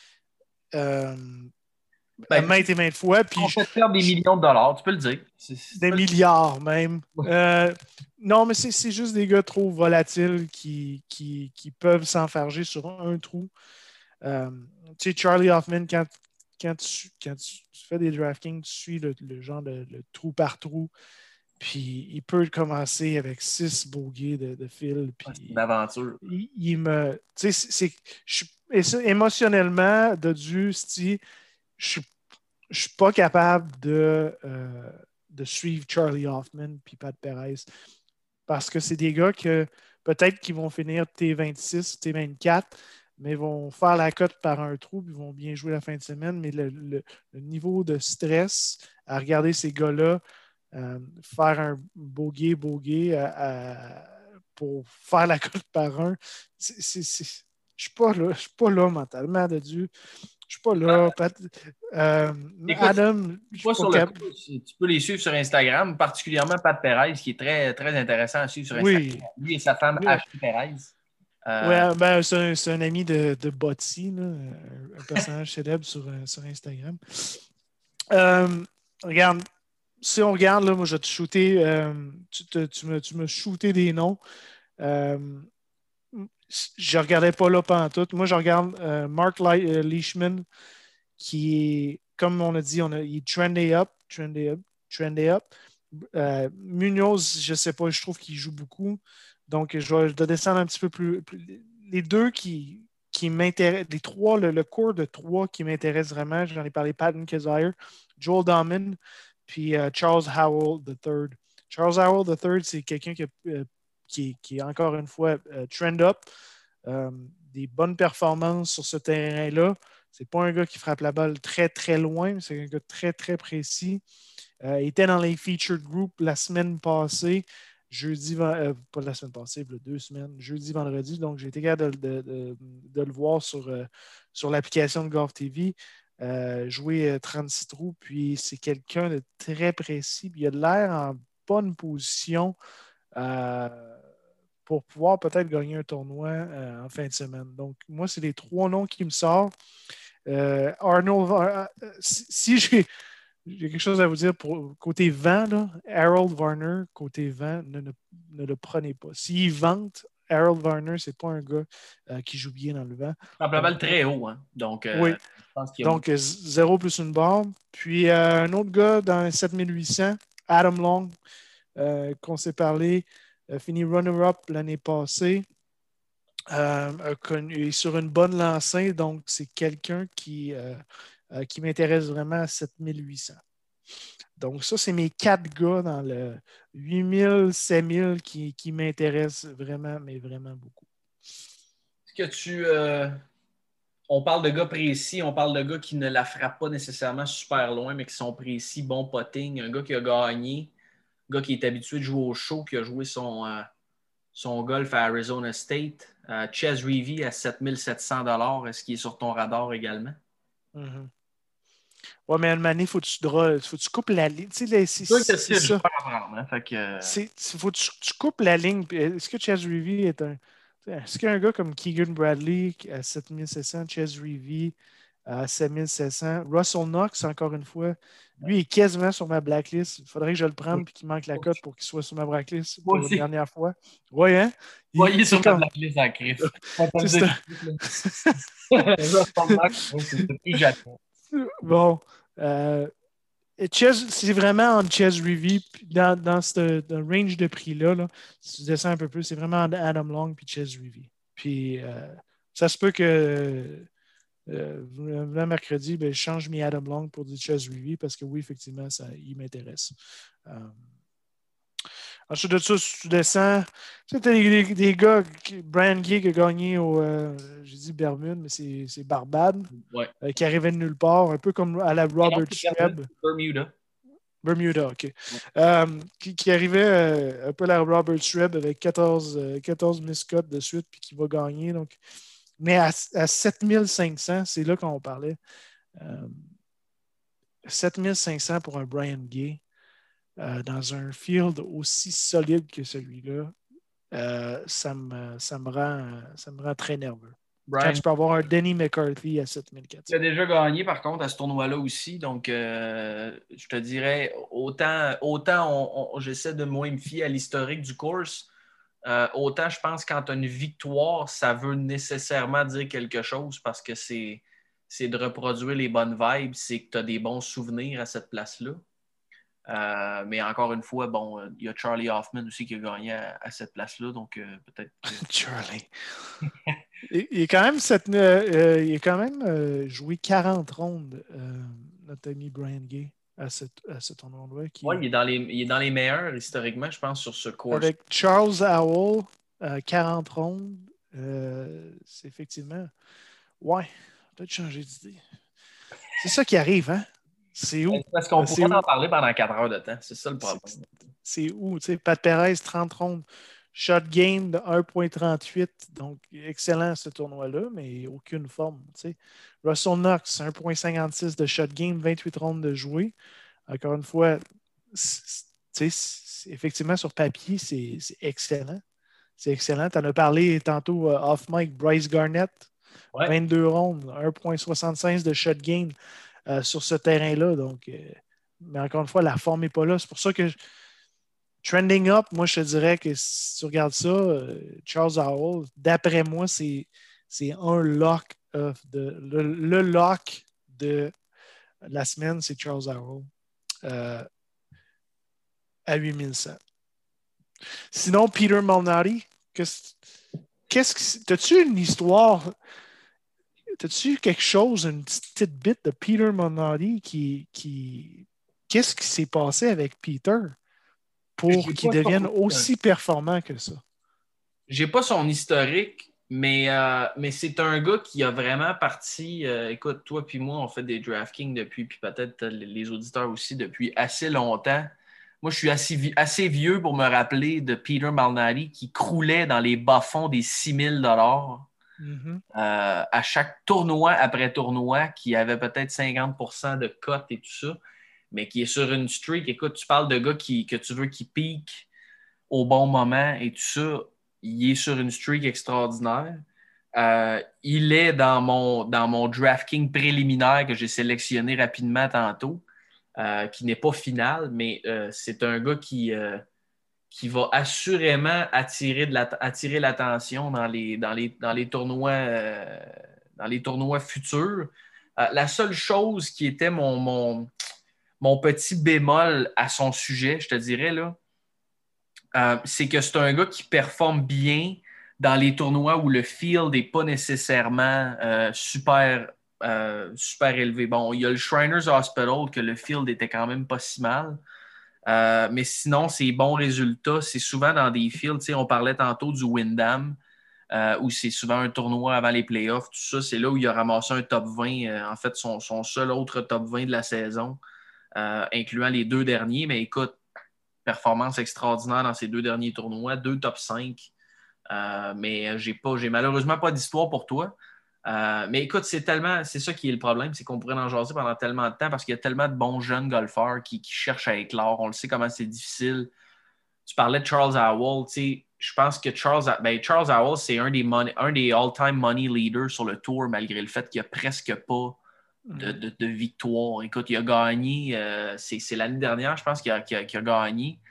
[SPEAKER 2] Euh, ben, maintes et maintes fois. Puis
[SPEAKER 1] on fait perdre des millions de dollars, tu peux le dire.
[SPEAKER 2] C'est, c'est des milliards même. Euh, non, mais c'est, c'est juste des gars trop volatiles qui, qui, qui peuvent s'enfarger sur un, un trou. Euh, tu sais, Charlie Hoffman, quand, quand, tu, quand tu, tu fais des DraftKings, tu suis le, le genre de le trou par trou. Puis il peut commencer avec six bogeys de, de fil. Puis
[SPEAKER 1] c'est une aventure.
[SPEAKER 2] Il, il me. Tu sais, c'est, c'est, je, et ça, émotionnellement, de Dieu, je suis je ne suis pas capable de, euh, de suivre Charlie Hoffman puis Pat Perez parce que c'est des gars que peut-être qu'ils vont finir T vingt-six, T vingt-quatre, mais ils vont faire la cote par un trou, puis ils vont bien jouer la fin de semaine. Mais le, le, le niveau de stress à regarder ces gars-là euh, faire un bogey, bogey euh, euh, pour faire la cote par un, c'est, c'est, c'est, je suis pas là, je suis pas là mentalement de Dieu. Je suis pas là. Pat, euh,
[SPEAKER 1] Écoute,
[SPEAKER 2] Adam, je suis
[SPEAKER 1] pas
[SPEAKER 2] pas
[SPEAKER 1] sur le
[SPEAKER 2] capable.
[SPEAKER 1] coup, tu peux les suivre sur Instagram, particulièrement Pat Perez, qui est très, très intéressant à suivre sur Instagram.
[SPEAKER 2] Oui.
[SPEAKER 1] Lui et sa femme, Ashley Perez. Euh,
[SPEAKER 2] Ouais, ben, c'est, un, c'est un ami de, de Botti, là, un personnage célèbre sur, sur Instagram. Euh, regarde, si on regarde, là, moi, je vais te shooter, euh, tu, te, tu, me, tu me shooté des noms. Euh, je ne regardais pas là pendant tout. Moi, je regarde euh, Mark Le- Leishman, qui est, comme on a dit, on a, il est trendy up, trendy up, trendy up. Euh, Munoz, je ne sais pas, je trouve qu'il joue beaucoup. Donc, je vais, je vais descendre un petit peu plus. plus les deux qui, qui m'intéressent, les trois, le, le cours de trois qui m'intéressent vraiment, j'en ai parlé, Patton Kazire, Joel Dahman, puis euh, Charles Howell the third. Charles Howell the third, c'est quelqu'un qui, euh, qui, qui, est encore une fois euh, trend up. Euh, des bonnes performances sur ce terrain-là. C'est pas un gars qui frappe la balle très, très loin, mais c'est un gars très, très précis. Euh, il était dans les featured group la semaine passée, jeudi, euh, pas la semaine passée, il y a deux semaines, jeudi, vendredi. Donc, j'ai été capable de, de, de, de le voir sur, euh, sur l'application de Golf T V. Euh, jouer trente-six trous, puis c'est quelqu'un de très précis, puis il a de l'air en bonne position euh, pour pouvoir peut-être gagner un tournoi euh, en fin de semaine. Donc, moi, c'est les trois noms qui me sortent. Euh, Arnold, euh, si, si j'ai j'ai quelque chose à vous dire pour côté vent, là, Harold Varner, côté vent, ne, ne, ne le prenez pas. S'il vente, Harold Varner, c'est pas un gars euh, qui joue bien dans le vent.
[SPEAKER 1] frappe la
[SPEAKER 2] Donc,
[SPEAKER 1] balle très haut. Hein. Donc, euh,
[SPEAKER 2] oui.
[SPEAKER 1] je pense qu'il y a beaucoup.
[SPEAKER 2] Donc, zéro plus une barre. Puis, euh, un autre gars dans sept mille huit cents, Adam Long, euh, qu'on s'est parlé, a fini runner-up l'année passée. Euh, connu, est sur une bonne lancée, donc c'est quelqu'un qui, euh, euh, qui m'intéresse vraiment à sept mille huit cents. Donc, ça, c'est mes quatre gars dans le huit mille, sept mille qui, qui m'intéressent vraiment, mais vraiment beaucoup.
[SPEAKER 1] Est-ce que tu. Euh, on parle de gars précis, on parle de gars qui ne la frappent pas nécessairement super loin, mais qui sont précis, bon potting, un gars qui a gagné, un gars qui est habitué de jouer au show, qui a joué son, euh, son golf à Arizona State. Euh, Ches Reavie à sept mille sept cents dollars. Est-ce qu'il est sur ton radar également?
[SPEAKER 2] Mm-hmm. Ouais, mais Mané, faut que tu draws, faut que tu coupes la ligne. Tu sais, c'est,
[SPEAKER 1] C'est sûr que
[SPEAKER 2] c'est
[SPEAKER 1] c'est le
[SPEAKER 2] ça.
[SPEAKER 1] joueur à prendre. Hein? Fait que, euh,
[SPEAKER 2] C'est, faut que tu, tu coupes la ligne. Est-ce que Chaz Reavie est un. Est-ce qu'un gars comme Keegan Bradley à sept mille sept cents, Chaz Reavie à sept mille sept cents, Russell Knox, encore une fois, lui est quasiment sur ma blacklist. Il faudrait que je le prenne et qu'il manque la cote pour qu'il soit sur ma blacklist
[SPEAKER 1] moi
[SPEAKER 2] pour une
[SPEAKER 1] aussi.
[SPEAKER 2] dernière fois. Oui, hein? Il,
[SPEAKER 1] Voyez
[SPEAKER 2] c'est
[SPEAKER 1] sur ma
[SPEAKER 2] comme.
[SPEAKER 1] blacklist en Chris. Pas te le
[SPEAKER 2] C'est
[SPEAKER 1] dire
[SPEAKER 2] un-
[SPEAKER 1] tout de suite, là. Russell Knox, moi, c'est plus jamais.
[SPEAKER 2] bon. Euh, Chess, c'est vraiment en Chess Review, dans, dans ce dans le range de prix-là, là, si tu descends un peu plus, c'est vraiment Adam Long puis Chess Review. Puis euh, ça se peut que euh, le mercredi, ben, je change mes Adam Long pour du Chess Review parce que oui, effectivement, ça, il m'intéresse. Euh, ensuite de ça, si tu descends, tu sais, t'as des, des, des gars, Brian Gay qui a gagné au, euh, j'ai dit Bermude, mais c'est, c'est Barbade,
[SPEAKER 1] Ouais.
[SPEAKER 2] euh, qui arrivait de nulle part, un peu comme à la
[SPEAKER 1] Et non,
[SPEAKER 2] Robert
[SPEAKER 1] c'est Bermuda.
[SPEAKER 2] Streb.
[SPEAKER 1] Bermuda.
[SPEAKER 2] Bermuda, OK.
[SPEAKER 1] Ouais.
[SPEAKER 2] Euh, qui, qui arrivait euh, un peu la Robert Streb avec quatorze, euh, quatorze miscuts de suite, puis qui va gagner. Donc. Mais à, à sept mille cinq cents, c'est là qu'on parlait. Euh, sept mille cinq cents pour un Brian Gay euh, dans un field aussi solide que celui-là, euh, ça, me, ça, me rend, ça me rend très nerveux. Quand
[SPEAKER 1] Brian
[SPEAKER 2] tu peux avoir un Denny McCarthy à sept mille quatre
[SPEAKER 1] il a
[SPEAKER 2] cents.
[SPEAKER 1] déjà gagné, par contre, à ce tournoi-là aussi. Donc, euh, je te dirais, autant, autant on, on, j'essaie de moins me fier à l'historique du course, euh, autant je pense que quand tu as une victoire, ça veut nécessairement dire quelque chose parce que c'est, c'est de reproduire les bonnes vibes, c'est que tu as des bons souvenirs à cette place-là. Euh, mais encore une fois, bon, il y a Charlie Hoffman aussi qui a gagné à, à cette place-là, donc euh, peut-être que...
[SPEAKER 2] Charlie. Il, il est quand même, cette, euh, il est quand même euh, joué quarante rondes euh, notre ami Brian Gay à ce, à ce tournoi-là.
[SPEAKER 1] Oui, il est dans les, il est dans les meilleurs historiquement, je pense, sur ce course.
[SPEAKER 2] Avec Charles Howell, euh, quarante rondes, euh, c'est effectivement. Ouais, peut-être changer d'idée. C'est ça qui arrive, hein? C'est où?
[SPEAKER 1] Parce qu'on
[SPEAKER 2] C'est
[SPEAKER 1] pourrait
[SPEAKER 2] où?
[SPEAKER 1] en parler pendant quatre heures de temps. C'est ça le problème.
[SPEAKER 2] C'est où? Tu sais, Pat Perez, trente rondes. Shot game de un virgule trente-huit. Donc, excellent ce tournoi-là, mais aucune forme. Tu sais. Russell Knox, un virgule cinquante-six de shot game, vingt-huit rondes de jouer. Encore une fois, tu sais, effectivement, sur papier, c'est excellent. C'est excellent. Tu en as parlé tantôt euh, off-mic, Bryce Garnett,
[SPEAKER 1] Ouais.
[SPEAKER 2] vingt-deux rondes, un virgule soixante-cinq de shot game euh, sur ce terrain-là. Donc, euh, mais encore une fois, la forme n'est pas là. C'est pour ça que je, trending up, moi, je te dirais que si tu regardes ça, euh, Charles Howell, d'après moi, c'est un lock of de, le, le lock de la semaine, c'est Charles Howell euh, à huit mille cent. Sinon, Peter Malnati, qu'est-ce que t'as-tu une histoire? T'as-tu quelque chose, une petite bite de Peter Malnati qui, qui qu'est-ce qui s'est passé avec Peter pour qu'il devienne aussi performant que ça?
[SPEAKER 1] J'ai pas son historique, mais, euh, mais c'est un gars qui a vraiment parti. Euh, écoute, toi puis moi, on fait des DraftKings depuis, puis peut-être les auditeurs aussi, depuis assez longtemps. Moi, je suis assez, assez vieux pour me rappeler de Peter Malnati qui croulait dans les bas-fonds des six mille dollars
[SPEAKER 2] mm-hmm.
[SPEAKER 1] euh, à chaque tournoi après tournoi, qui avait peut-être cinquante pour cent de cote et tout ça, mais qui est sur une streak. Écoute, tu parles de gars qui, que tu veux qui pique au bon moment et tout ça. Il est sur une streak extraordinaire. Euh, il est dans mon, dans mon DraftKings préliminaire que j'ai sélectionné rapidement tantôt, euh, qui n'est pas final, mais euh, c'est un gars qui, euh, qui va assurément attirer, de la, attirer l'attention dans les, dans les, dans les tournois, euh, dans les tournois futurs. Euh, la seule chose qui était mon, mon, mon petit bémol à son sujet, je te dirais, là, Euh, c'est que c'est un gars qui performe bien dans les tournois où le field n'est pas nécessairement euh, super, euh, super élevé. Bon, il y a le Shriners Hospital que le field était quand même pas si mal. Euh, mais sinon, ses bons résultats, c'est souvent dans des fields. Tu sais, on parlait tantôt du Wyndham, euh, où c'est souvent un tournoi avant les playoffs. Tout ça, c'est là où il a ramassé un top vingt. Euh, en fait, son, son seul autre top vingt de la saison, euh, incluant les deux derniers. Mais écoute, performance extraordinaire dans ces deux derniers tournois, deux top cinq. Euh, mais j'ai pas, j'ai malheureusement pas d'histoire pour toi. Euh, mais écoute, c'est tellement, c'est ça qui est le problème, c'est qu'on pourrait en jaser pendant tellement de temps parce qu'il y a tellement de bons jeunes golfeurs qui, qui cherchent à éclore. On le sait comment c'est difficile. Tu parlais de Charles Howell, tu sais, je pense que Charles, ben Charles Howell, c'est un des, money, un des all-time money leaders sur le tour, malgré le fait qu'il n'y a presque pas de, de, de victoire. Écoute, il a gagné, euh, c'est, c'est l'année dernière, je pense, qu'il a, qu'il a, qu'il a gagné.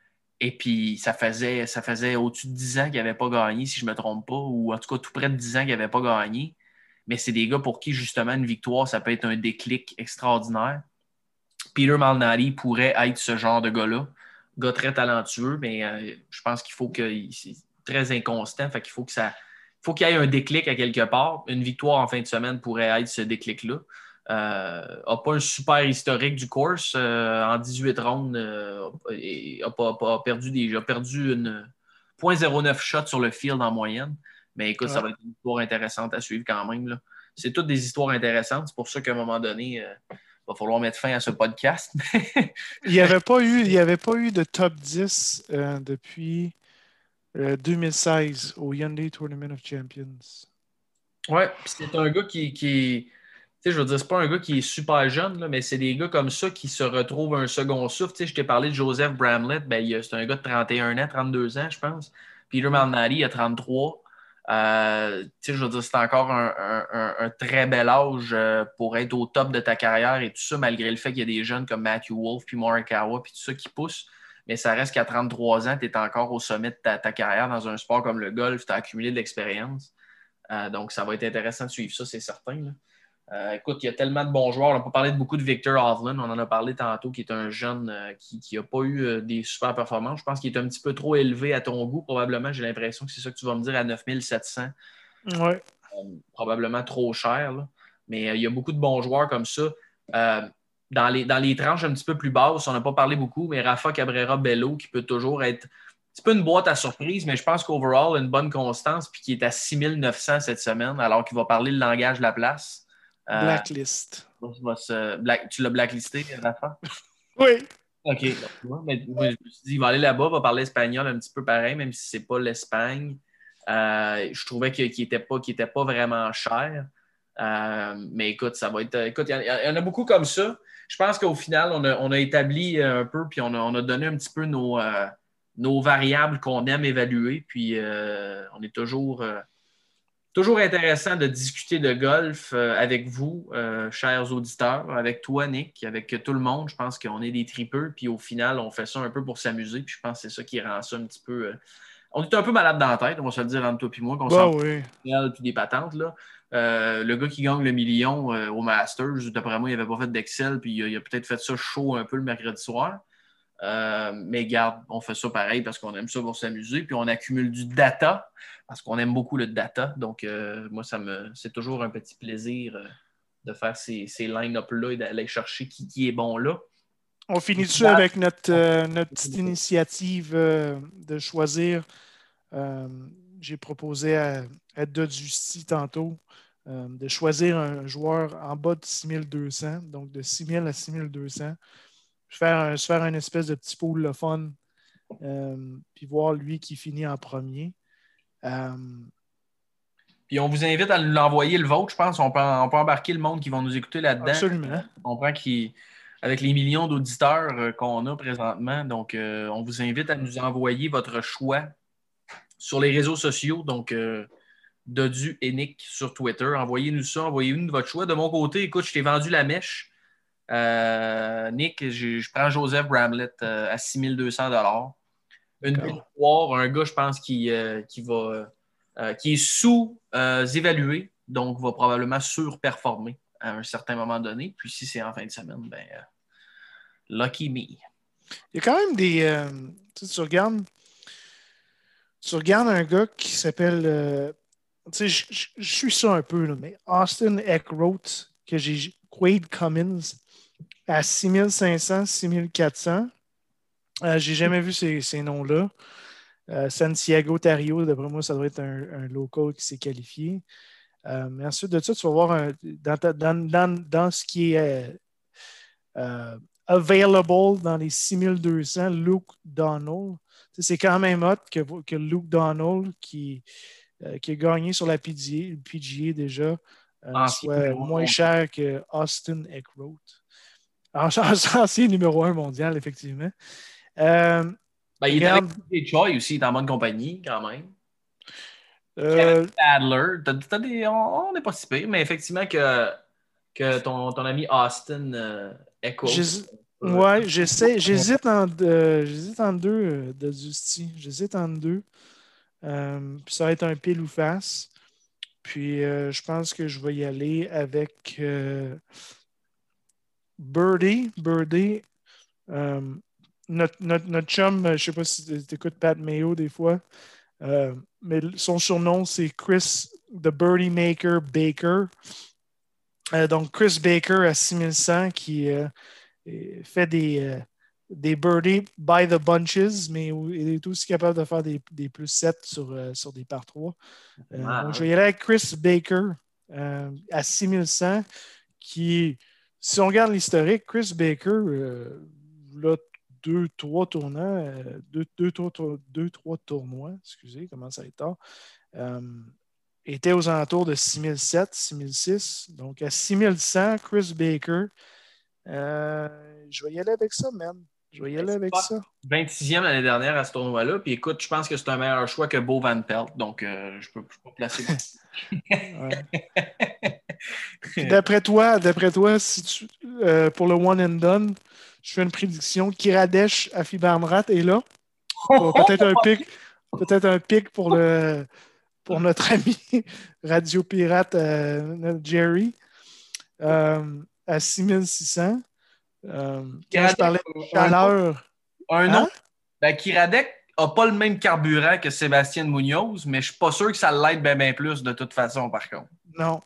[SPEAKER 1] Et puis, ça faisait, ça faisait au-dessus de dix ans qu'il n'avait pas gagné, si je ne me trompe pas, ou en tout cas tout près de dix ans qu'il n'avait pas gagné. Mais c'est des gars pour qui, justement, une victoire, ça peut être un déclic extraordinaire. Peter Malnati pourrait être ce genre de gars-là. Gars très talentueux, mais euh, je pense qu'il faut qu'il c'est très inconstant. Fait qu'il faut que ça. faut qu'il y ait un déclic à quelque part. Une victoire en fin de semaine pourrait être ce déclic-là. Euh, n'a pas un super historique du course. Euh, en dix-huit rondes, euh, et a, pas, pas perdu des, a perdu une zéro virgule zéro neuf shot sur le field en moyenne. Mais écoute, ouais. Ça va être une histoire intéressante à suivre quand même. Là. C'est toutes des histoires intéressantes. C'est pour ça qu'à un moment donné, euh, il va falloir mettre fin à ce podcast.
[SPEAKER 2] il n'y avait pas eu, il y avait pas eu de top dix euh, depuis euh, deux mille seize au Hyundai Tournament of Champions.
[SPEAKER 1] Ouais, c'est un gars qui, qui tu sais, je veux dire, c'est pas un gars qui est super jeune, là, mais c'est des gars comme ça qui se retrouvent un second souffle. Tu sais, je t'ai parlé de Joseph Bramlett, ben, c'est un gars de trente et un ans, trente-deux ans, je pense. Peter Malnati, il a trente-trois. Euh, tu sais, je veux dire, c'est encore un, un, un très bel âge euh, pour être au top de ta carrière et tout ça, malgré le fait qu'il y a des jeunes comme Matthew Wolff, puis Morikawa, puis tout ça qui poussent. Mais ça reste qu'à trente-trois ans, tu es encore au sommet de ta, ta carrière dans un sport comme le golf, tu as accumulé de l'expérience. Euh, donc, ça va être intéressant de suivre ça, c'est certain. Là. Euh, écoute, il y a tellement de bons joueurs. On n'a pas parlé de beaucoup de Victor Hovland. On en a parlé tantôt, qui est un jeune euh, qui n'a pas eu euh, des super performances. Je pense qu'il est un petit peu trop élevé à ton goût, probablement. J'ai l'impression que c'est ça que tu vas me dire à neuf mille sept cents.
[SPEAKER 2] Ouais.
[SPEAKER 1] Euh, probablement trop cher. Là. Mais euh, il y a beaucoup de bons joueurs comme ça. Euh, dans les, dans les tranches un petit peu plus basses, on n'a pas parlé beaucoup, mais Rafa Cabrera Bello, qui peut toujours être un petit peu une boîte à surprise, mais je pense qu'overall, une bonne constance, puis qui est à six mille neuf cents cette semaine, alors qu'il va parler le langage de la place. Euh,
[SPEAKER 2] Blacklist.
[SPEAKER 1] va, va se, black, tu l'as blacklisté, Rafa?
[SPEAKER 2] Oui.
[SPEAKER 1] OK. Moi, mais, moi, je me suis dit, il va aller là-bas, va parler espagnol un petit peu pareil, même si c'est pas l'Espagne. Euh, je trouvais qu'il n'était pas, qu'il était pas vraiment cher. Euh, mais écoute, ça va être. Écoute, il y, y en a beaucoup comme ça. Je pense qu'au final, on a, on a établi un peu, puis on a, on a donné un petit peu nos, euh, nos variables qu'on aime évaluer. Puis euh, on est toujours. Euh, Toujours intéressant de discuter de golf euh, avec vous, euh, chers auditeurs, avec toi, Nick, avec tout le monde. Je pense qu'on est des tripeux, puis au final, on fait ça un peu pour s'amuser. Puis je pense que c'est ça qui rend ça un petit peu. Euh, On est un peu malade dans la tête, on va se le dire entre toi et moi, qu'on
[SPEAKER 2] Bah
[SPEAKER 1] s'en
[SPEAKER 2] oui.
[SPEAKER 1] puis des patentes. Là. Euh, le gars qui gagne le million euh, au Masters, d'après moi, il n'avait pas fait d'Excel, puis il a, il a peut-être fait ça chaud un peu le mercredi soir. Euh, mais garde, on fait ça pareil parce qu'on aime ça pour s'amuser, puis on accumule du data parce qu'on aime beaucoup le data. Donc, euh, moi, ça me, c'est toujours un petit plaisir euh, de faire ces, ces line-up-là et d'aller chercher qui, qui est bon là.
[SPEAKER 2] On finit dessus avec notre, euh, notre petite initiative euh, de choisir. Euh, j'ai proposé à, à Dodd Justy tantôt euh, de choisir un joueur en bas de six mille deux cents, donc de six mille à six mille deux cents. Faire un, se faire une espèce de petit pool le fun, euh, puis voir lui qui finit en premier. Euh,
[SPEAKER 1] Puis on vous invite à nous l'envoyer le vôtre, je pense. On peut, on peut embarquer le monde qui va nous écouter là-dedans.
[SPEAKER 2] absolument.
[SPEAKER 1] On comprend qu'avec les millions d'auditeurs euh, qu'on a présentement, donc euh, on vous invite à nous envoyer votre choix sur les réseaux sociaux. Donc, euh, Dodu et Nick sur Twitter. Envoyez-nous ça, envoyez-nous votre choix. De mon côté, écoute, je t'ai vendu la mèche. Euh, Nick, je, je prends Joseph Bramlett euh, à six mille deux cents dollars. Une belle victoire, un gars, je pense, qui, euh, qui, va, euh, qui est sous-évalué, donc va probablement surperformer à un certain moment donné. Puis si c'est en fin de semaine, ben, euh, lucky me.
[SPEAKER 2] Il y a quand même des. Euh, tu sais, tu regardes, tu regardes un gars qui s'appelle. Euh, tu sais, je, je, je suis ça un peu, là, mais Austin Eckroat, que j'ai. Quade Cummins, à six mille cinq cents, six mille quatre cents. Euh, j'ai jamais vu ces, ces noms-là. Euh, Santiago Tario, d'après moi, ça doit être un, un local qui s'est qualifié. Euh, mais ensuite de ça, tu vas voir un, dans, ta, dans, dans, dans ce qui est euh, euh, available dans les six mille deux cents, Luke Donald. C'est quand même hot que, que Luke Donald, qui, euh, qui a gagné sur la P G A, P G A déjà, euh, soit moins cher que Austin Eckroat. Ancien numéro un mondial, effectivement. Euh,
[SPEAKER 1] ben, il regarde, est avec Choi aussi, il est en bonne compagnie, quand même.
[SPEAKER 2] Euh,
[SPEAKER 1] Adler, t'as, t'as des, on n'est pas si pire, mais effectivement que, que ton, ton ami Austin euh, Echo.
[SPEAKER 2] Ouais, j'essaie, j'hésite entre, euh, j'hésite entre deux euh, de Justy. J'hésite entre deux. Euh, puis ça va être un pile ou face. Puis euh, je pense que je vais y aller avec euh, Birdie. Birdie. Euh, notre, notre, notre chum, je ne sais pas si tu écoutes Pat Mayo des fois, euh, mais son surnom, c'est Chris The Birdie Maker Baker. Euh, donc, Chris Baker à six mille cent qui euh, fait des, euh, des birdies by the bunches, mais il est aussi capable de faire des, des plus sept sur, euh, sur des par trois. Euh, ah, donc, je vais y aller avec Chris Baker euh, à six mille cent qui, si on regarde l'historique, Chris Baker, euh, là, deux, trois tournants, euh, deux, deux, trois, deux, trois tournois, excusez, comment ça va être tard, euh, était aux alentours de six mille sept, six mille six. Donc, à six mille cent, Chris Baker, euh, je vais y aller avec ça, man. Je vais y aller avec ça.
[SPEAKER 1] vingt-sixième l'année dernière à ce tournoi-là. Puis écoute, je pense que c'est un meilleur choix que Beau Van Pelt. Donc, euh, je peux, je peux placer.
[SPEAKER 2] D'après toi, d'après toi, si tu, euh, pour le one and done, je fais une prédiction. Kiradesh Afibarmrat est là. Peut-être un pic, peut-être un pic pour le pour notre ami Radio Pirate euh, Jerry euh, à six mille six cents. Euh, quand je parlais de chaleur.
[SPEAKER 1] Un nom. Hein? Ben, Kiradek n'a pas le même carburant que Sébastien Munoz, mais je ne suis pas sûr que ça l'aide bien, bien plus de toute façon, par contre.
[SPEAKER 2] Non.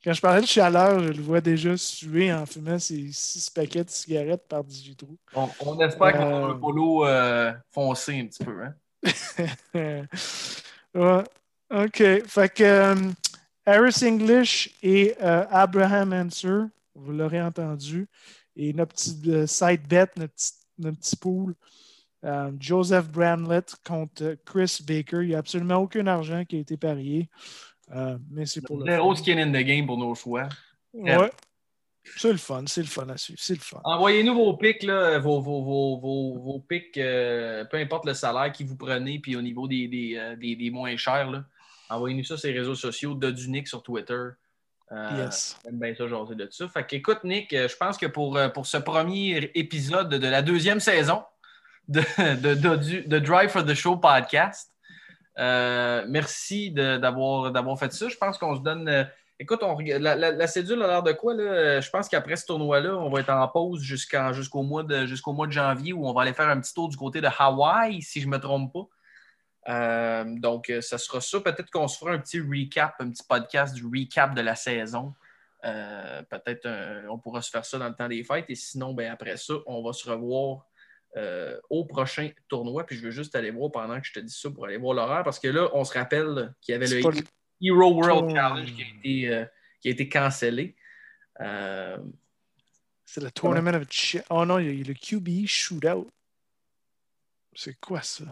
[SPEAKER 2] Quand je parlais de chaleur, je le vois déjà suer en fumant ses six paquets de cigarettes par dix-huit trous.
[SPEAKER 1] On, on espère
[SPEAKER 2] Euh...
[SPEAKER 1] qu'on a un polo euh, foncé un petit peu. Hein?
[SPEAKER 2] Ouais. OK. Fait que euh, Harris English et euh, Abraham Anser, vous l'aurez entendu. Et notre petit euh, side bet, notre petit, notre petit pool, euh, Joseph Bramlett contre Chris Baker. Il n'y a absolument aucun argent qui a été parié. Euh, mais c'est pour le
[SPEAKER 1] Zéro
[SPEAKER 2] fun.
[SPEAKER 1] skin in the game pour nos choix.
[SPEAKER 2] Ouais. C'est le fun, c'est le fun à suivre, c'est le fun.
[SPEAKER 1] Envoyez-nous vos pics, là, vos, vos, vos, vos, vos pics, euh, peu importe le salaire que vous prenez, puis au niveau des, des, euh, des, des moins chers, là. Envoyez-nous ça sur les réseaux sociaux, de Nick sur Twitter. Euh,
[SPEAKER 2] Yes.
[SPEAKER 1] J'aime bien ça, jaser de ça. Fait qu'écoute, Nick, je pense que pour, pour ce premier épisode de la deuxième saison de, de, de, de Drive for the Show podcast, euh, merci de, d'avoir, d'avoir fait ça. Je pense qu'on se donne... Euh, écoute, on, la, la, la cédule a l'air de quoi? Là? Je pense qu'après ce tournoi-là, on va être en pause jusqu'en, jusqu'au, mois de, jusqu'au mois de janvier où on va aller faire un petit tour du côté de Hawaï, si je ne me trompe pas. Euh, donc, ça sera ça. Peut-être qu'on se fera un petit recap, un petit podcast du recap de la saison. Euh, peut-être euh, on pourra se faire ça dans le temps des fêtes. Et sinon, ben, après ça, on va se revoir euh, au prochain tournoi. Puis je veux juste aller voir pendant que je te dis ça pour aller voir l'horaire. Parce que là, on se rappelle qu'il y avait
[SPEAKER 2] C'est
[SPEAKER 1] le
[SPEAKER 2] le...
[SPEAKER 1] Hero World Tour... Challenge qui a été, euh, qui a été cancellé. Euh...
[SPEAKER 2] C'est le Tournament of... Ch- oh non, il y a eu le Q B Shootout. C'est quoi ça?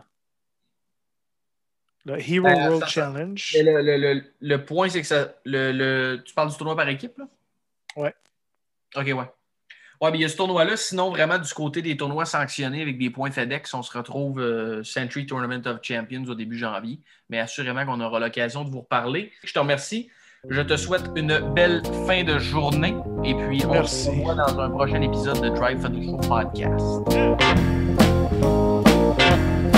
[SPEAKER 2] Le Hero
[SPEAKER 1] euh,
[SPEAKER 2] World
[SPEAKER 1] ça,
[SPEAKER 2] Challenge.
[SPEAKER 1] Ça, le, le, le, le point, c'est que ça. Le, le, tu parles du tournoi par équipe, là?
[SPEAKER 2] Ouais.
[SPEAKER 1] OK, ouais. Ouais, mais il y a ce tournoi-là. Sinon, vraiment, du côté des tournois sanctionnés avec des points FedEx, on se retrouve euh, Century Tournament of Champions au début janvier. Mais assurément qu'on aura l'occasion de vous reparler. Je te remercie. Je te souhaite une belle fin de journée. Et puis, on
[SPEAKER 2] Merci.
[SPEAKER 1] se revoit dans un prochain épisode de Drive for the Show podcast.